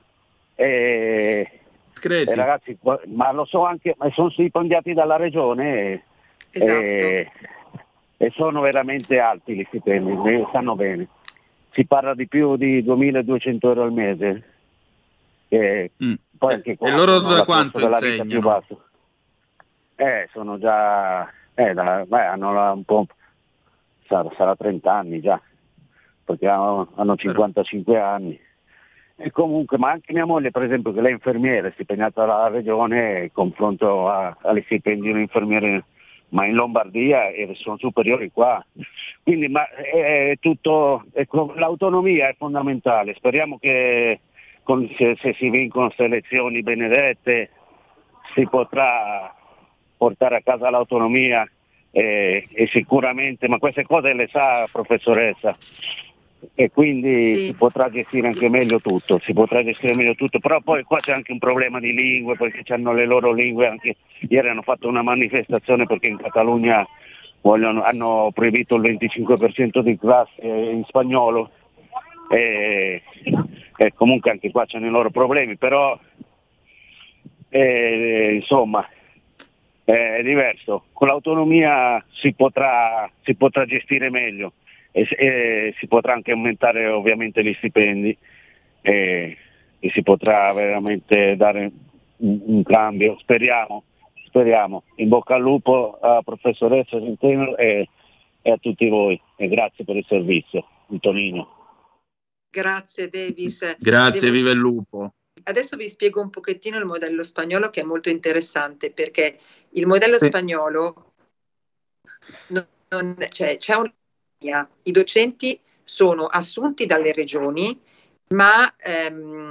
E, Discreti. e ragazzi, qua- ma lo so anche, ma sono stipendiati dalla regione e, Esatto. e, e sono veramente alti gli stipendi, mi stanno bene. Si parla di più di duemiladuecento euro al mese. E Mm. poi anche qua E loro sono da la quanto costo della vita più insegnano? basso. Eh, sono già, eh, da, beh, hanno la- un po', sarà, sarà trenta anni già, perché hanno, hanno cinquantacinque anni. E comunque, ma anche mia moglie, per esempio, che lei è infermiera, è stipendiata dalla regione, confronto a, agli stipendi di un infermiere ma in Lombardia eh, sono superiori qua. Quindi ma è tutto, è, l'autonomia è fondamentale. Speriamo che con, se, se si vincono queste elezioni benedette si potrà portare a casa l'autonomia e, e sicuramente, ma queste cose le sa professoressa, e quindi sì, si potrà gestire anche meglio tutto, si potrà gestire meglio tutto, però poi qua c'è anche un problema di lingue, perché hanno le loro lingue. Anche ieri hanno fatto una manifestazione perché in Catalogna vogliono, hanno proibito il venticinque per cento di classi in spagnolo e, e comunque anche qua c'hanno i loro problemi, però eh, insomma è diverso, con l'autonomia si potrà, si potrà gestire meglio. E, e si potrà anche aumentare ovviamente gli stipendi e, e si potrà veramente dare un, un cambio, speriamo, speriamo. In bocca al lupo a professoressa Centeno e, e a tutti voi, e grazie per il servizio. Antonino. Grazie Davis. Grazie, Devo... viva il lupo. Adesso vi spiego un pochettino il modello spagnolo, che è molto interessante, perché il modello sì. spagnolo non, non, cioè, c'è un i docenti sono assunti dalle regioni, ma ehm,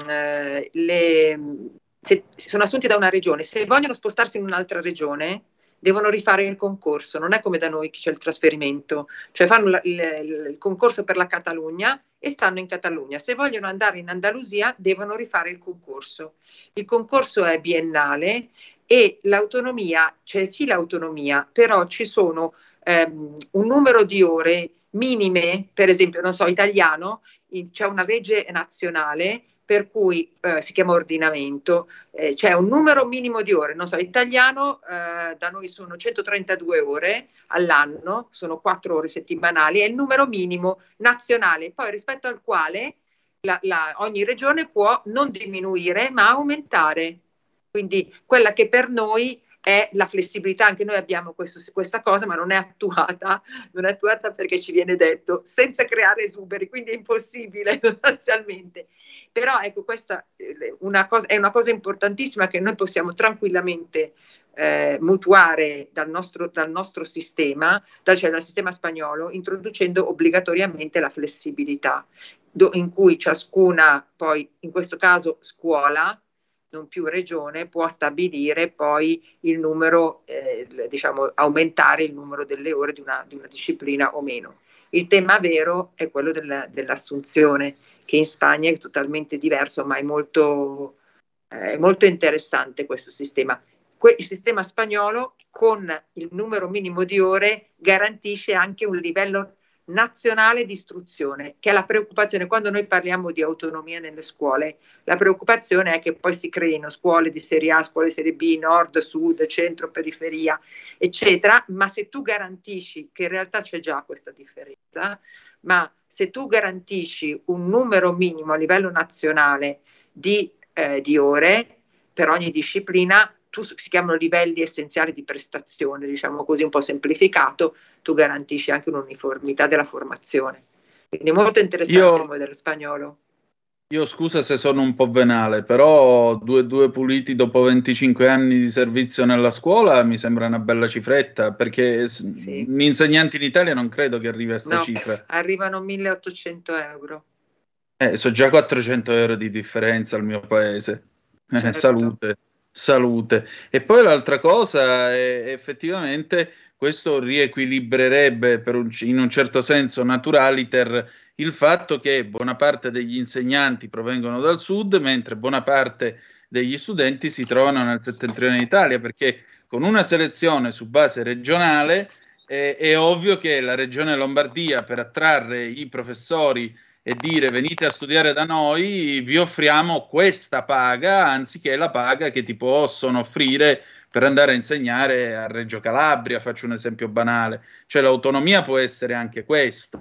le, se, sono assunti da una regione. Se vogliono spostarsi in un'altra regione devono rifare il concorso, non è come da noi che c'è il trasferimento, cioè fanno la, il, il concorso per la Catalogna e stanno in Catalogna. Se vogliono andare in Andalusia devono rifare il concorso. Il concorso è biennale e l'autonomia, cioè sì l'autonomia, però ci sono ehm, un numero di ore minime, per esempio, non so, italiano, in, c'è una legge nazionale per cui eh, si chiama ordinamento, eh, c'è un numero minimo di ore, non so, italiano eh, da noi sono centotrentadue ore all'anno, sono quattro ore settimanali, è il numero minimo nazionale, poi rispetto al quale la, la, ogni regione può non diminuire ma aumentare, quindi quella che per noi è la flessibilità. Anche noi abbiamo questo, questa cosa, ma non è attuata, non è attuata perché ci viene detto senza creare esuberi, quindi è impossibile sostanzialmente. Però ecco, questa una cosa, è una cosa importantissima che noi possiamo tranquillamente eh, mutuare dal nostro, dal nostro sistema, dal, cioè dal sistema spagnolo, introducendo obbligatoriamente la flessibilità, do, in cui ciascuna, poi in questo caso scuola, non più regione, può stabilire poi il numero, eh, diciamo, aumentare il numero delle ore di una, di una disciplina o meno. Il tema vero è quello della, dell'assunzione, che in Spagna è totalmente diverso, ma è molto, eh, è molto interessante questo sistema. Que- il sistema spagnolo, con il numero minimo di ore, garantisce anche un livello nazionale di istruzione, che è la preoccupazione quando noi parliamo di autonomia nelle scuole. La preoccupazione è che poi si creino scuole di serie A, scuole di serie B, nord, sud, centro, periferia, eccetera, ma se tu garantisci, che in realtà c'è già questa differenza, ma se tu garantisci un numero minimo a livello nazionale di, eh, di ore per ogni disciplina, tu, si chiamano livelli essenziali di prestazione, diciamo così un po' semplificato, tu garantisci anche un'uniformità della formazione. Quindi molto interessante io, il modello spagnolo. Io scusa se sono un po' venale, però due due puliti dopo venticinque anni di servizio nella scuola mi sembra una bella cifretta, perché sì, gli insegnanti in Italia non credo che arrivi a questa no, cifra. Arrivano milleottocento euro. Eh, so già quattrocento euro di differenza al mio paese. Certo. Eh, salute. Salute. E poi l'altra cosa è effettivamente questo riequilibrerebbe per un, in un certo senso naturaliter il fatto che buona parte degli insegnanti provengono dal sud, mentre buona parte degli studenti si trovano nel settentrione d'Italia, perché con una selezione su base regionale eh, è ovvio che la regione Lombardia, per attrarre i professori e dire venite a studiare da noi, vi offriamo questa paga anziché la paga che ti possono offrire per andare a insegnare a Reggio Calabria, faccio un esempio banale. Cioè l'autonomia può essere anche questo.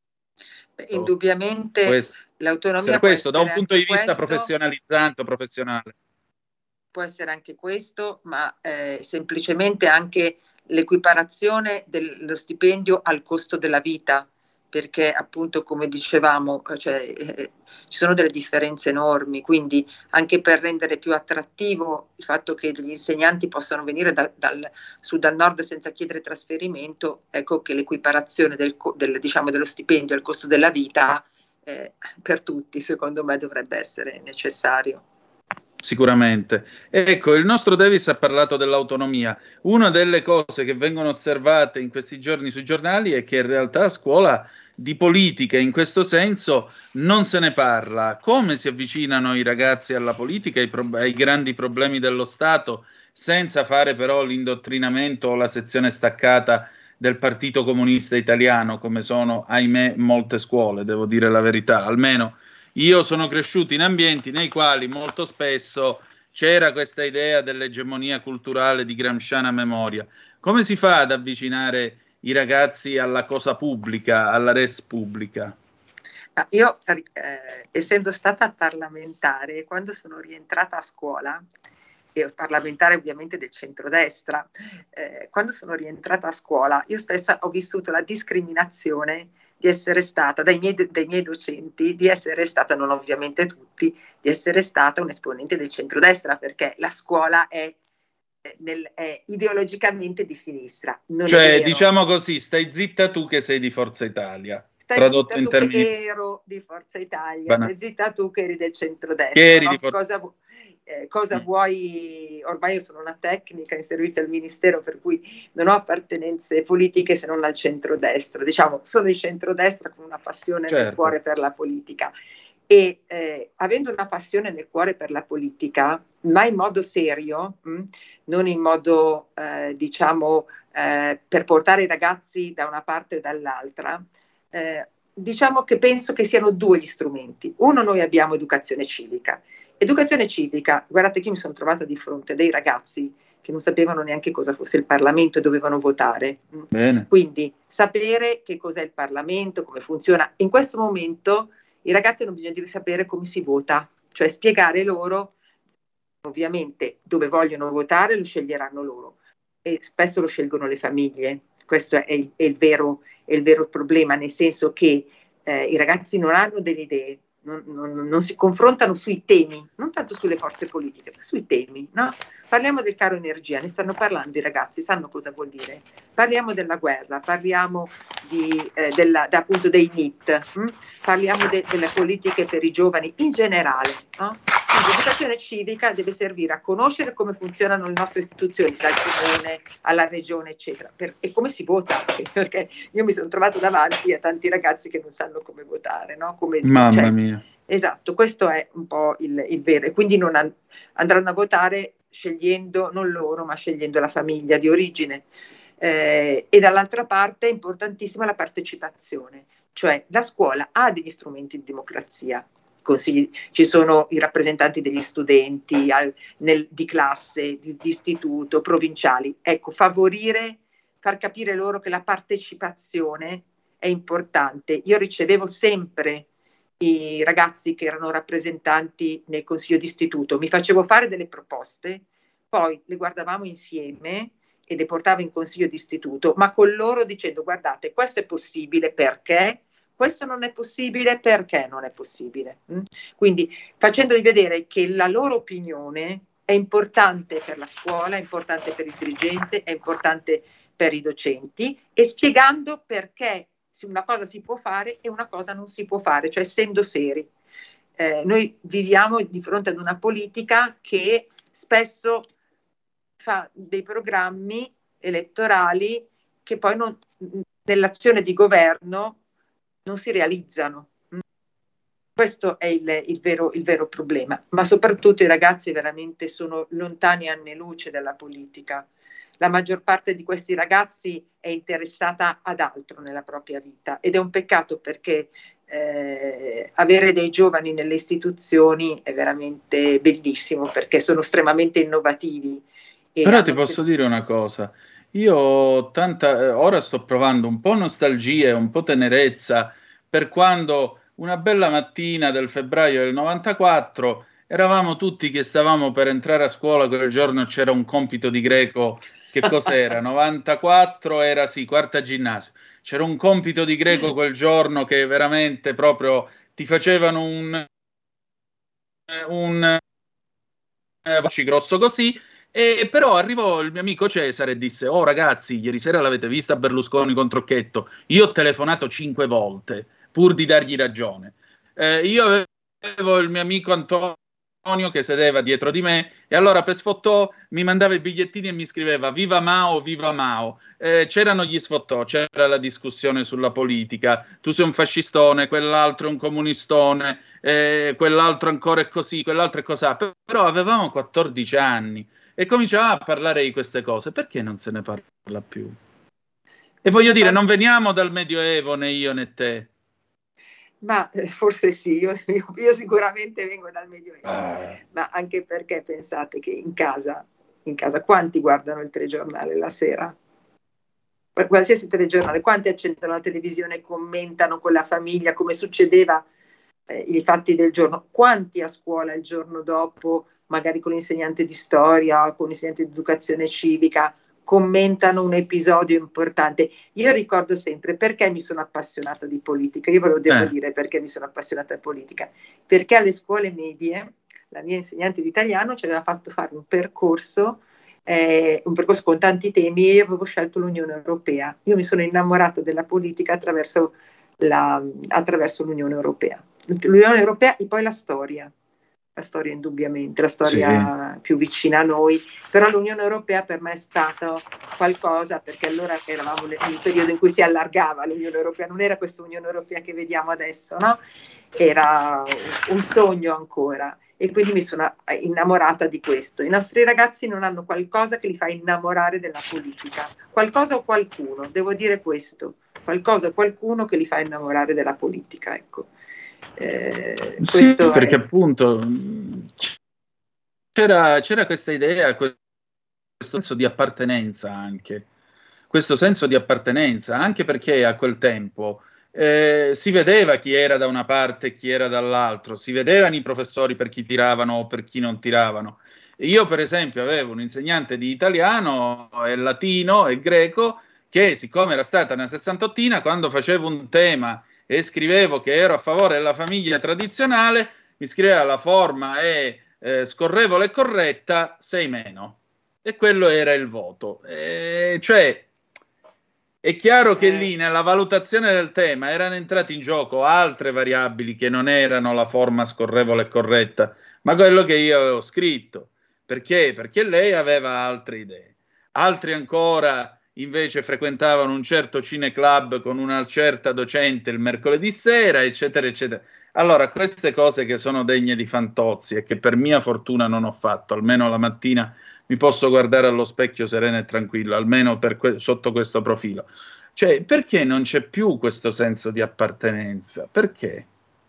Indubbiamente può essere l'autonomia questo, può da un punto di vista questo, professionalizzante o professionale. Può essere anche questo, ma eh, semplicemente anche l'equiparazione dello stipendio al costo della vita. perché appunto come dicevamo cioè, eh, ci sono delle differenze enormi, quindi anche per rendere più attrattivo il fatto che gli insegnanti possano venire da, dal sud al nord senza chiedere trasferimento, ecco che l'equiparazione del, del, diciamo, dello stipendio al costo della vita eh, per tutti secondo me dovrebbe essere necessario. Sicuramente. Ecco, il nostro Davis ha parlato dell'autonomia. Una delle cose che vengono osservate in questi giorni sui giornali è che in realtà a scuola di politica in questo senso non se ne parla. Come si avvicinano i ragazzi alla politica, ai, pro- ai grandi problemi dello Stato, senza fare però l'indottrinamento o la sezione staccata del Partito Comunista Italiano, come sono, ahimè, molte scuole, devo dire la verità. Almeno io sono cresciuto in ambienti nei quali molto spesso c'era questa idea dell'egemonia culturale di gramsciana memoria. Come si fa ad avvicinare i ragazzi alla cosa pubblica, alla res pubblica? Io, eh, essendo stata parlamentare, quando sono rientrata a scuola, e parlamentare ovviamente del centrodestra, eh, quando sono rientrata a scuola, io stessa ho vissuto la discriminazione di essere stata, dai miei, dai miei docenti, di essere stata, non ovviamente tutti, di essere stata un esponente del centrodestra, perché la scuola è, nel, è ideologicamente di sinistra. Non cioè, è vero. Diciamo così, stai zitta tu che sei di Forza Italia. Stai Tradotto zitta in tu termini... che ero di Forza Italia, Bana. stai zitta tu che eri del centrodestra. Che eri no? di Forza... Cosa, eh, cosa mm. vuoi? Ormai io sono una tecnica in servizio al Ministero, per cui non ho appartenenze politiche se non al centrodestra. Diciamo, sono di centrodestra con una passione certo. nel cuore per la politica. E eh, avendo una passione nel cuore per la politica, ma in modo serio, mh, non in modo, eh, diciamo, eh, per portare i ragazzi da una parte o dall'altra, eh, diciamo che penso che siano due gli strumenti. Uno, noi abbiamo educazione civica. Educazione civica, guardate che io mi sono trovata di fronte a dei ragazzi che non sapevano neanche cosa fosse il Parlamento e dovevano votare. Bene. Quindi sapere che cos'è il Parlamento, come funziona. In questo momento i ragazzi hanno bisogno di sapere come si vota, cioè spiegare loro, ovviamente dove vogliono votare lo sceglieranno loro e spesso lo scelgono le famiglie. Questo è il, è il, vero, è il vero problema, nel senso che eh, i ragazzi non hanno delle idee, non, non, non si confrontano sui temi, non tanto sulle forze politiche, ma sui temi, no? Parliamo del caro energia, ne stanno parlando i ragazzi, sanno cosa vuol dire. Parliamo della guerra, parliamo di, eh, della, da, appunto dei N I T, hm? Parliamo de, delle politiche per i giovani in generale. No? Quindi l'educazione civica deve servire a conoscere come funzionano le nostre istituzioni, dal comune alla regione, eccetera, per, e come si vota, perché io mi sono trovato davanti a tanti ragazzi che non sanno come votare. No? Come, Mamma cioè, mia. Esatto, questo è un po' il, il vero, e quindi non an- andranno a votare scegliendo non loro, ma scegliendo la famiglia di origine. Eh, e dall'altra parte è importantissima la partecipazione, cioè la scuola ha degli strumenti di democrazia, consigli, ci sono i rappresentanti degli studenti al, nel, di classe, di, di istituto, provinciali. Ecco, favorire, far capire loro che la partecipazione è importante. Io ricevevo sempre i ragazzi che erano rappresentanti nel consiglio d'istituto, mi facevo fare delle proposte, poi le guardavamo insieme e le portavo in consiglio d'istituto, ma con loro dicendo: guardate, questo è possibile perché, questo non è possibile perché non è possibile. Mm? Quindi facendogli vedere che la loro opinione è importante per la scuola, è importante per il dirigente, è importante per i docenti, e spiegando perché una cosa si può fare e una cosa non si può fare, cioè essendo seri. Eh, noi viviamo di fronte ad una politica che spesso fa dei programmi elettorali che poi non, nell'azione di governo non si realizzano. Questo è il, il, vero, il vero problema, ma soprattutto i ragazzi veramente sono lontani anni luce dalla politica. La maggior parte di questi ragazzi è interessata ad altro nella propria vita, ed è un peccato, perché eh, avere dei giovani nelle istituzioni è veramente bellissimo, perché sono estremamente innovativi. E Però ti hanno... posso dire una cosa, io tanta, ora sto provando un po' nostalgia e un po' tenerezza per quando una bella mattina del febbraio del novantaquattro eravamo tutti che stavamo per entrare a scuola. Quel giorno c'era un compito di greco. Che cos'era? novantaquattro era sì, quarta ginnasio. c'era un compito di greco quel giorno che veramente proprio ti facevano un un eh, grosso così, e però arrivò il mio amico Cesare e disse: oh ragazzi, ieri sera l'avete vista Berlusconi con Trocchetto? Io ho telefonato cinque volte pur di dargli ragione. Eh, io avevo il mio amico Antonio che sedeva dietro di me, e allora per sfottò mi mandava i bigliettini e mi scriveva viva Mao, viva Mao. Eh, c'erano gli sfottò, c'era la discussione sulla politica, tu sei un fascistone, quell'altro è un comunistone, eh, quell'altro ancora è così, quell'altro è così. Però avevamo quattordici anni e cominciavamo a parlare di queste cose. Perché non se ne parla più? E voglio dire, non veniamo dal Medioevo né io né te. Ma eh, forse sì, io, io, io sicuramente vengo dal Medioevo, Eh. ma anche perché pensate che in casa, in casa quanti guardano il telegiornale la sera? Per qualsiasi telegiornale, quanti accendono la televisione e commentano con la famiglia come succedeva eh, i fatti del giorno? Quanti a scuola il giorno dopo, magari con l'insegnante di storia, con l'insegnante di educazione civica, commentano un episodio importante? Io ricordo sempre perché mi sono appassionata di politica. Io ve lo devo Eh. dire perché mi sono appassionata di politica, perché alle scuole medie la mia insegnante di italiano ci aveva fatto fare un percorso eh, un percorso con tanti temi, e io avevo scelto l'Unione Europea. Io mi sono innamorata della politica attraverso, la, attraverso l'Unione Europea l'Unione Europea e poi la storia la storia indubbiamente, la storia sì. più vicina a noi, però l'Unione Europea per me è stato qualcosa, perché allora eravamo nel periodo in cui si allargava l'Unione Europea, non era questa Unione Europea che vediamo adesso, no? Era un sogno ancora, e quindi mi sono innamorata di questo. I nostri ragazzi non hanno qualcosa che li fa innamorare della politica, qualcosa o qualcuno, devo dire questo, qualcosa o qualcuno che li fa innamorare della politica, ecco. Eh, sì, perché è... appunto c'era, c'era questa idea, questo senso di appartenenza anche, questo senso di appartenenza, anche perché a quel tempo eh, si vedeva chi era da una parte e chi era dall'altro, si vedevano i professori per chi tiravano o per chi non tiravano. Io per esempio avevo un insegnante di italiano e latino e greco che, siccome era stata una sessantottina, quando facevo un tema e scrivevo che ero a favore della famiglia tradizionale, mi scriveva la forma è eh, scorrevole e corretta, sei meno. E quello era il voto. E cioè, è chiaro che lì nella valutazione del tema erano entrate in gioco altre variabili che non erano la forma scorrevole e corretta, ma quello che io avevo scritto. Perché? Perché lei aveva altre idee. Altri ancora invece frequentavano un certo cineclub con una certa docente il mercoledì sera, eccetera, eccetera. Allora, queste cose che sono degne di Fantozzi e che per mia fortuna non ho fatto, almeno la mattina mi posso guardare allo specchio sereno e tranquillo, almeno per que- sotto questo profilo. Cioè, perché non c'è più questo senso di appartenenza? Perché?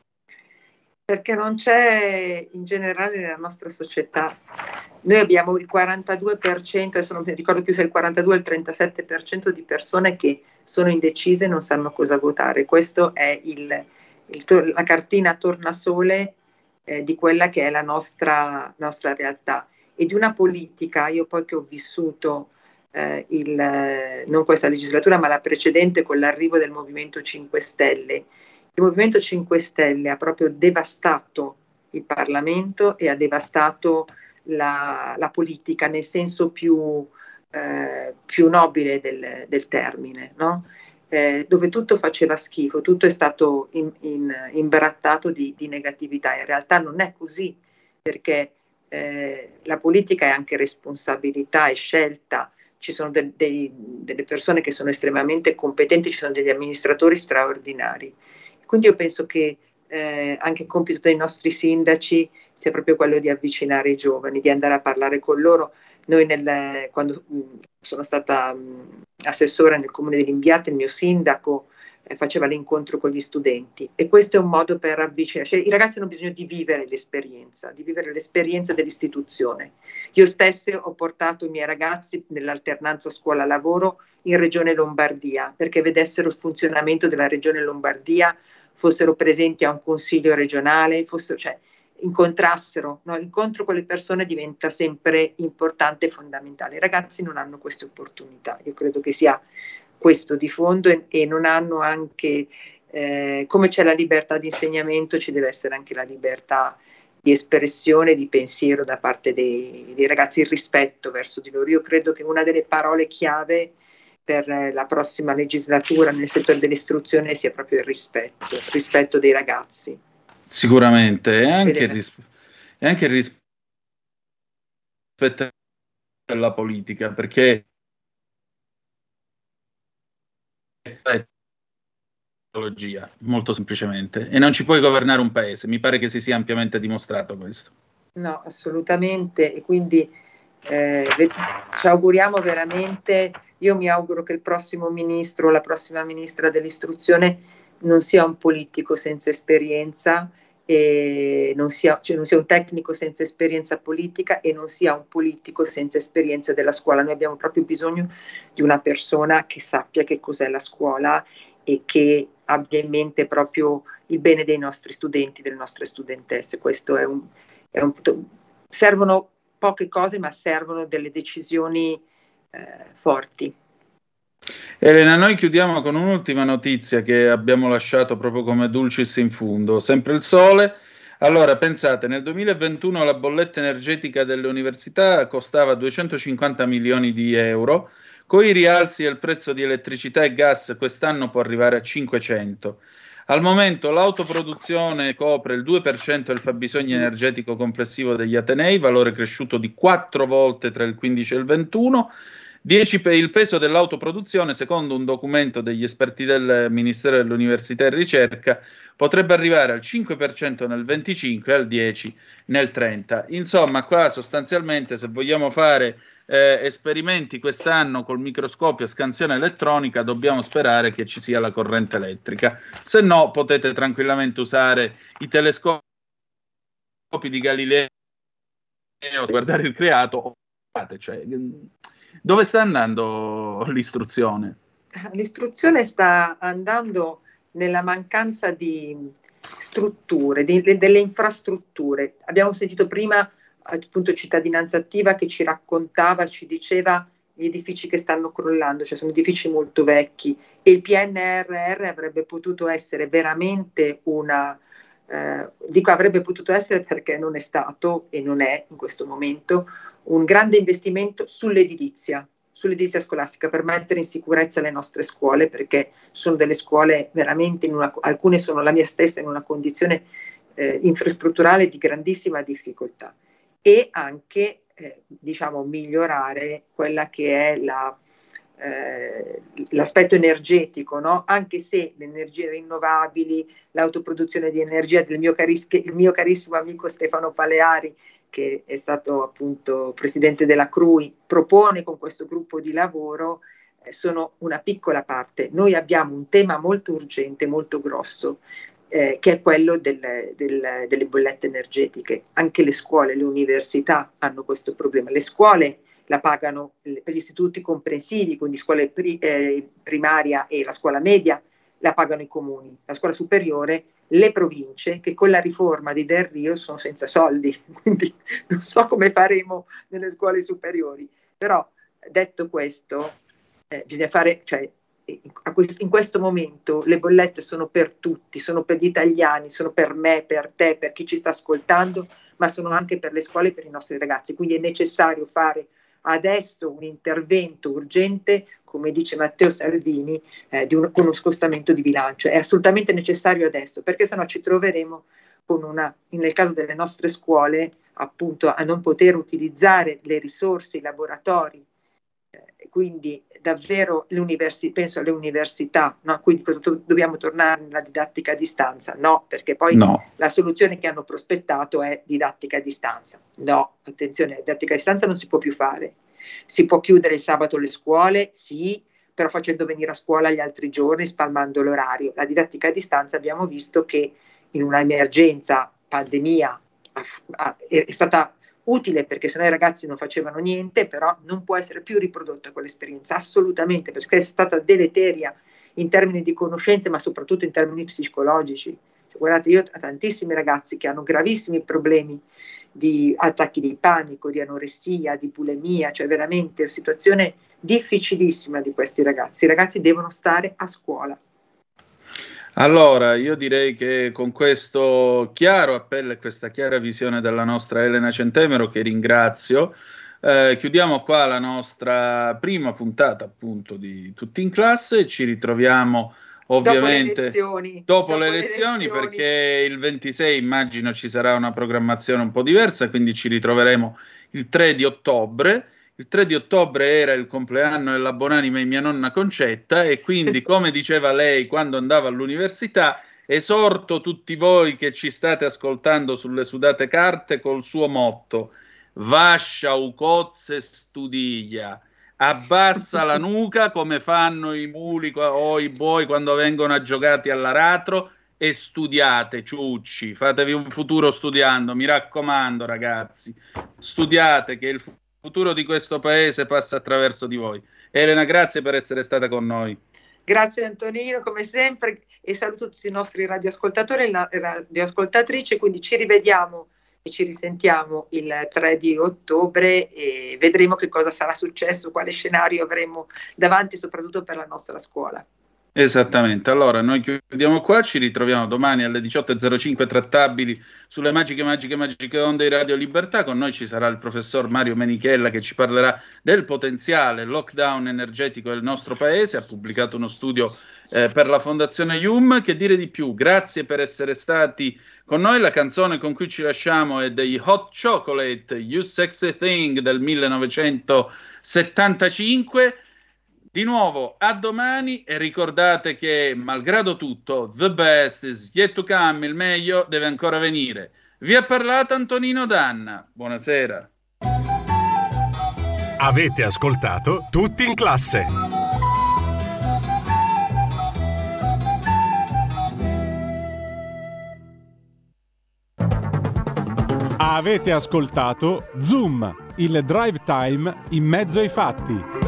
Perché non c'è in generale nella nostra società. Noi abbiamo il quarantadue per cento, adesso non mi ricordo più se è il quarantadue o il trentasette per cento di persone che sono indecise e non sanno cosa votare. Questo è il, il, la cartina tornasole eh, di quella che è la nostra, nostra realtà. E di una politica, io poi che ho vissuto eh, il, non questa legislatura ma la precedente con l'arrivo del Movimento cinque Stelle, il Movimento cinque Stelle ha proprio devastato il Parlamento e ha devastato la, la politica nel senso più, eh, più nobile del, del termine, no? Eh, dove tutto faceva schifo, tutto è stato in, in, imbrattato di, di negatività. In realtà non è così, perché eh, la politica è anche responsabilità e scelta. Ci sono de, de, delle persone che sono estremamente competenti, ci sono degli amministratori straordinari. Quindi io penso che eh, anche il compito dei nostri sindaci sia proprio quello di avvicinare i giovani, di andare a parlare con loro. Noi nel, quando mh, sono stata mh, assessora nel comune di Limbiate, il mio sindaco eh, faceva l'incontro con gli studenti, e questo è un modo per avvicinare. Cioè, i ragazzi hanno bisogno di vivere l'esperienza, di vivere l'esperienza dell'istituzione. Io stessa ho portato i miei ragazzi nell'alternanza scuola-lavoro in Regione Lombardia, perché vedessero il funzionamento della Regione Lombardia, fossero presenti a un consiglio regionale, fossero, cioè, incontrassero, no? L'incontro con le persone diventa sempre importante e fondamentale. I ragazzi non hanno queste opportunità. Io credo che sia questo di fondo e, e non hanno anche, eh, come c'è la libertà di insegnamento, ci deve essere anche la libertà di espressione, di pensiero da parte dei, dei ragazzi, il rispetto verso di loro. Io credo che una delle parole chiave per la prossima legislatura nel settore dell'istruzione sia proprio il rispetto, il rispetto dei ragazzi. Sicuramente, e anche, il ris- e anche il rispetto della politica, perché è tecnologia, molto semplicemente, e non ci puoi governare un paese, mi pare che si sia ampiamente dimostrato questo. No, assolutamente, e quindi eh, ci auguriamo veramente, io mi auguro che il prossimo ministro, la prossima ministra dell'istruzione non sia un politico senza esperienza, e non sia, cioè non sia un tecnico senza esperienza politica e non sia un politico senza esperienza della scuola. Noi abbiamo proprio bisogno di una persona che sappia che cos'è la scuola e che abbia in mente proprio il bene dei nostri studenti, delle nostre studentesse. Questo è un, è un servono poche cose, ma servono delle decisioni eh, forti. Elena, noi chiudiamo con un'ultima notizia che abbiamo lasciato proprio come dulcis in fundo, sempre il sole. Allora, pensate, nel duemilaventuno la bolletta energetica delle università costava duecentocinquanta milioni di euro, con i rialzi del prezzo di elettricità e gas quest'anno può arrivare a cinquecento. Al momento l'autoproduzione copre il due per cento del fabbisogno energetico complessivo degli atenei, valore cresciuto di quattro volte tra il quindici e il ventuno. dieci per il peso dell'autoproduzione, secondo un documento degli esperti del Ministero dell'Università e Ricerca, potrebbe arrivare al cinque per cento nel venticinque e al dieci per cento nel trenta. Insomma, qua sostanzialmente, se vogliamo fare eh, esperimenti quest'anno col microscopio a scansione elettronica, dobbiamo sperare che ci sia la corrente elettrica. Se no, potete tranquillamente usare i telescopi di Galileo, guardare il creato, cioè... Dove sta andando l'istruzione? L'istruzione sta andando nella mancanza di strutture, di, delle infrastrutture. Abbiamo sentito prima appunto Cittadinanza Attiva che ci raccontava, ci diceva gli edifici che stanno crollando, cioè sono edifici molto vecchi, e il P N R R avrebbe potuto essere veramente una... Eh, dico avrebbe potuto essere perché non è stato e non è in questo momento un grande investimento sull'edilizia, sull'edilizia scolastica per mettere in sicurezza le nostre scuole, perché sono delle scuole veramente, in una, alcune sono la mia stessa, in una condizione eh, infrastrutturale di grandissima difficoltà, e anche eh, diciamo migliorare quella che è la Eh, l'aspetto energetico, no? Anche se le energie rinnovabili, l'autoproduzione di energia del mio, caris- il mio carissimo amico Stefano Paleari, che è stato appunto presidente della C R U I, propone con questo gruppo di lavoro, eh, sono una piccola parte. Noi abbiamo un tema molto urgente, molto grosso, eh, che è quello del, del, delle bollette energetiche. Anche le scuole, le università hanno questo problema. Le scuole la pagano per gli istituti comprensivi, quindi scuola pri- eh, primaria e la scuola media, la pagano i comuni, la scuola superiore, le province, che con la riforma di Del Rio sono senza soldi, quindi non so come faremo nelle scuole superiori. Però detto questo, eh, bisogna fare, cioè, in questo momento le bollette sono per tutti, sono per gli italiani, sono per me, per te, per chi ci sta ascoltando, ma sono anche per le scuole e per i nostri ragazzi, quindi è necessario fare adesso un intervento urgente, come dice Matteo Salvini, eh, di un, con uno scostamento di bilancio. È assolutamente necessario adesso, perché sennò ci troveremo con una, nel caso delle nostre scuole, appunto a non poter utilizzare le risorse, i laboratori, eh, quindi davvero l'universi- penso alle università, no? Quindi cosa to- dobbiamo tornare nella didattica a distanza? No, perché poi no. La soluzione che hanno prospettato è didattica a distanza. No, attenzione, la didattica a distanza non si può più fare. Si può chiudere il sabato le scuole, sì, però facendo venire a scuola gli altri giorni, spalmando l'orario. La didattica a distanza abbiamo visto che in una emergenza, pandemia, è stata utile perché sennò i ragazzi non facevano niente, però non può essere più riprodotta quell'esperienza, assolutamente, perché è stata deleteria in termini di conoscenze, ma soprattutto in termini psicologici. Guardate, io ho tantissimi ragazzi che hanno gravissimi problemi di attacchi di panico, di anoressia, di bulimia, cioè veramente una situazione difficilissima di questi ragazzi. I ragazzi devono stare a scuola. Allora, io direi che con questo chiaro appello e questa chiara visione della nostra Elena Centemero, che ringrazio, eh, chiudiamo qua la nostra prima puntata appunto di Tutti in Classe e ci ritroviamo ovviamente dopo le elezioni, dopo dopo le le elezioni, elezioni. perché il ventisei immagino ci sarà una programmazione un po' diversa, quindi ci ritroveremo il tre di ottobre. Il tre di ottobre era il compleanno della buonanima di mia nonna Concetta e quindi, come diceva lei quando andava all'università, esorto tutti voi che ci state ascoltando sulle sudate carte col suo motto: vascia ucozze studiglia, abbassa la nuca come fanno i muli o i buoi quando vengono aggiogati all'aratro e studiate, ciucci, fatevi un futuro studiando, mi raccomando ragazzi, studiate che il futuro Il futuro di questo paese passa attraverso di voi. Elena, grazie per essere stata con noi. Grazie Antonino, come sempre, e saluto tutti i nostri radioascoltatori e radioascoltatrici, quindi ci rivediamo e ci risentiamo il tre di ottobre e vedremo che cosa sarà successo, quale scenario avremo davanti, soprattutto per la nostra scuola. Esattamente, allora noi chiudiamo qua, ci ritroviamo domani alle diciotto e zero cinque trattabili sulle magiche, magiche, magiche onde di Radio Libertà. Con noi ci sarà il professor Mario Menichella che ci parlerà del potenziale lockdown energetico del nostro paese. Ha pubblicato uno studio eh, per la Fondazione I U M. Che dire di più? Grazie per essere stati con noi. La canzone con cui ci lasciamo è dei Hot Chocolate, You Sexy Thing del millenovecentosettantacinque. Di nuovo, a domani e ricordate che, malgrado tutto, the best is yet to come, il meglio deve ancora venire. Vi ha parlato Antonino Danna. Buonasera. Avete ascoltato Tutti in Classe. Avete ascoltato Zoom, il drive time in mezzo ai fatti.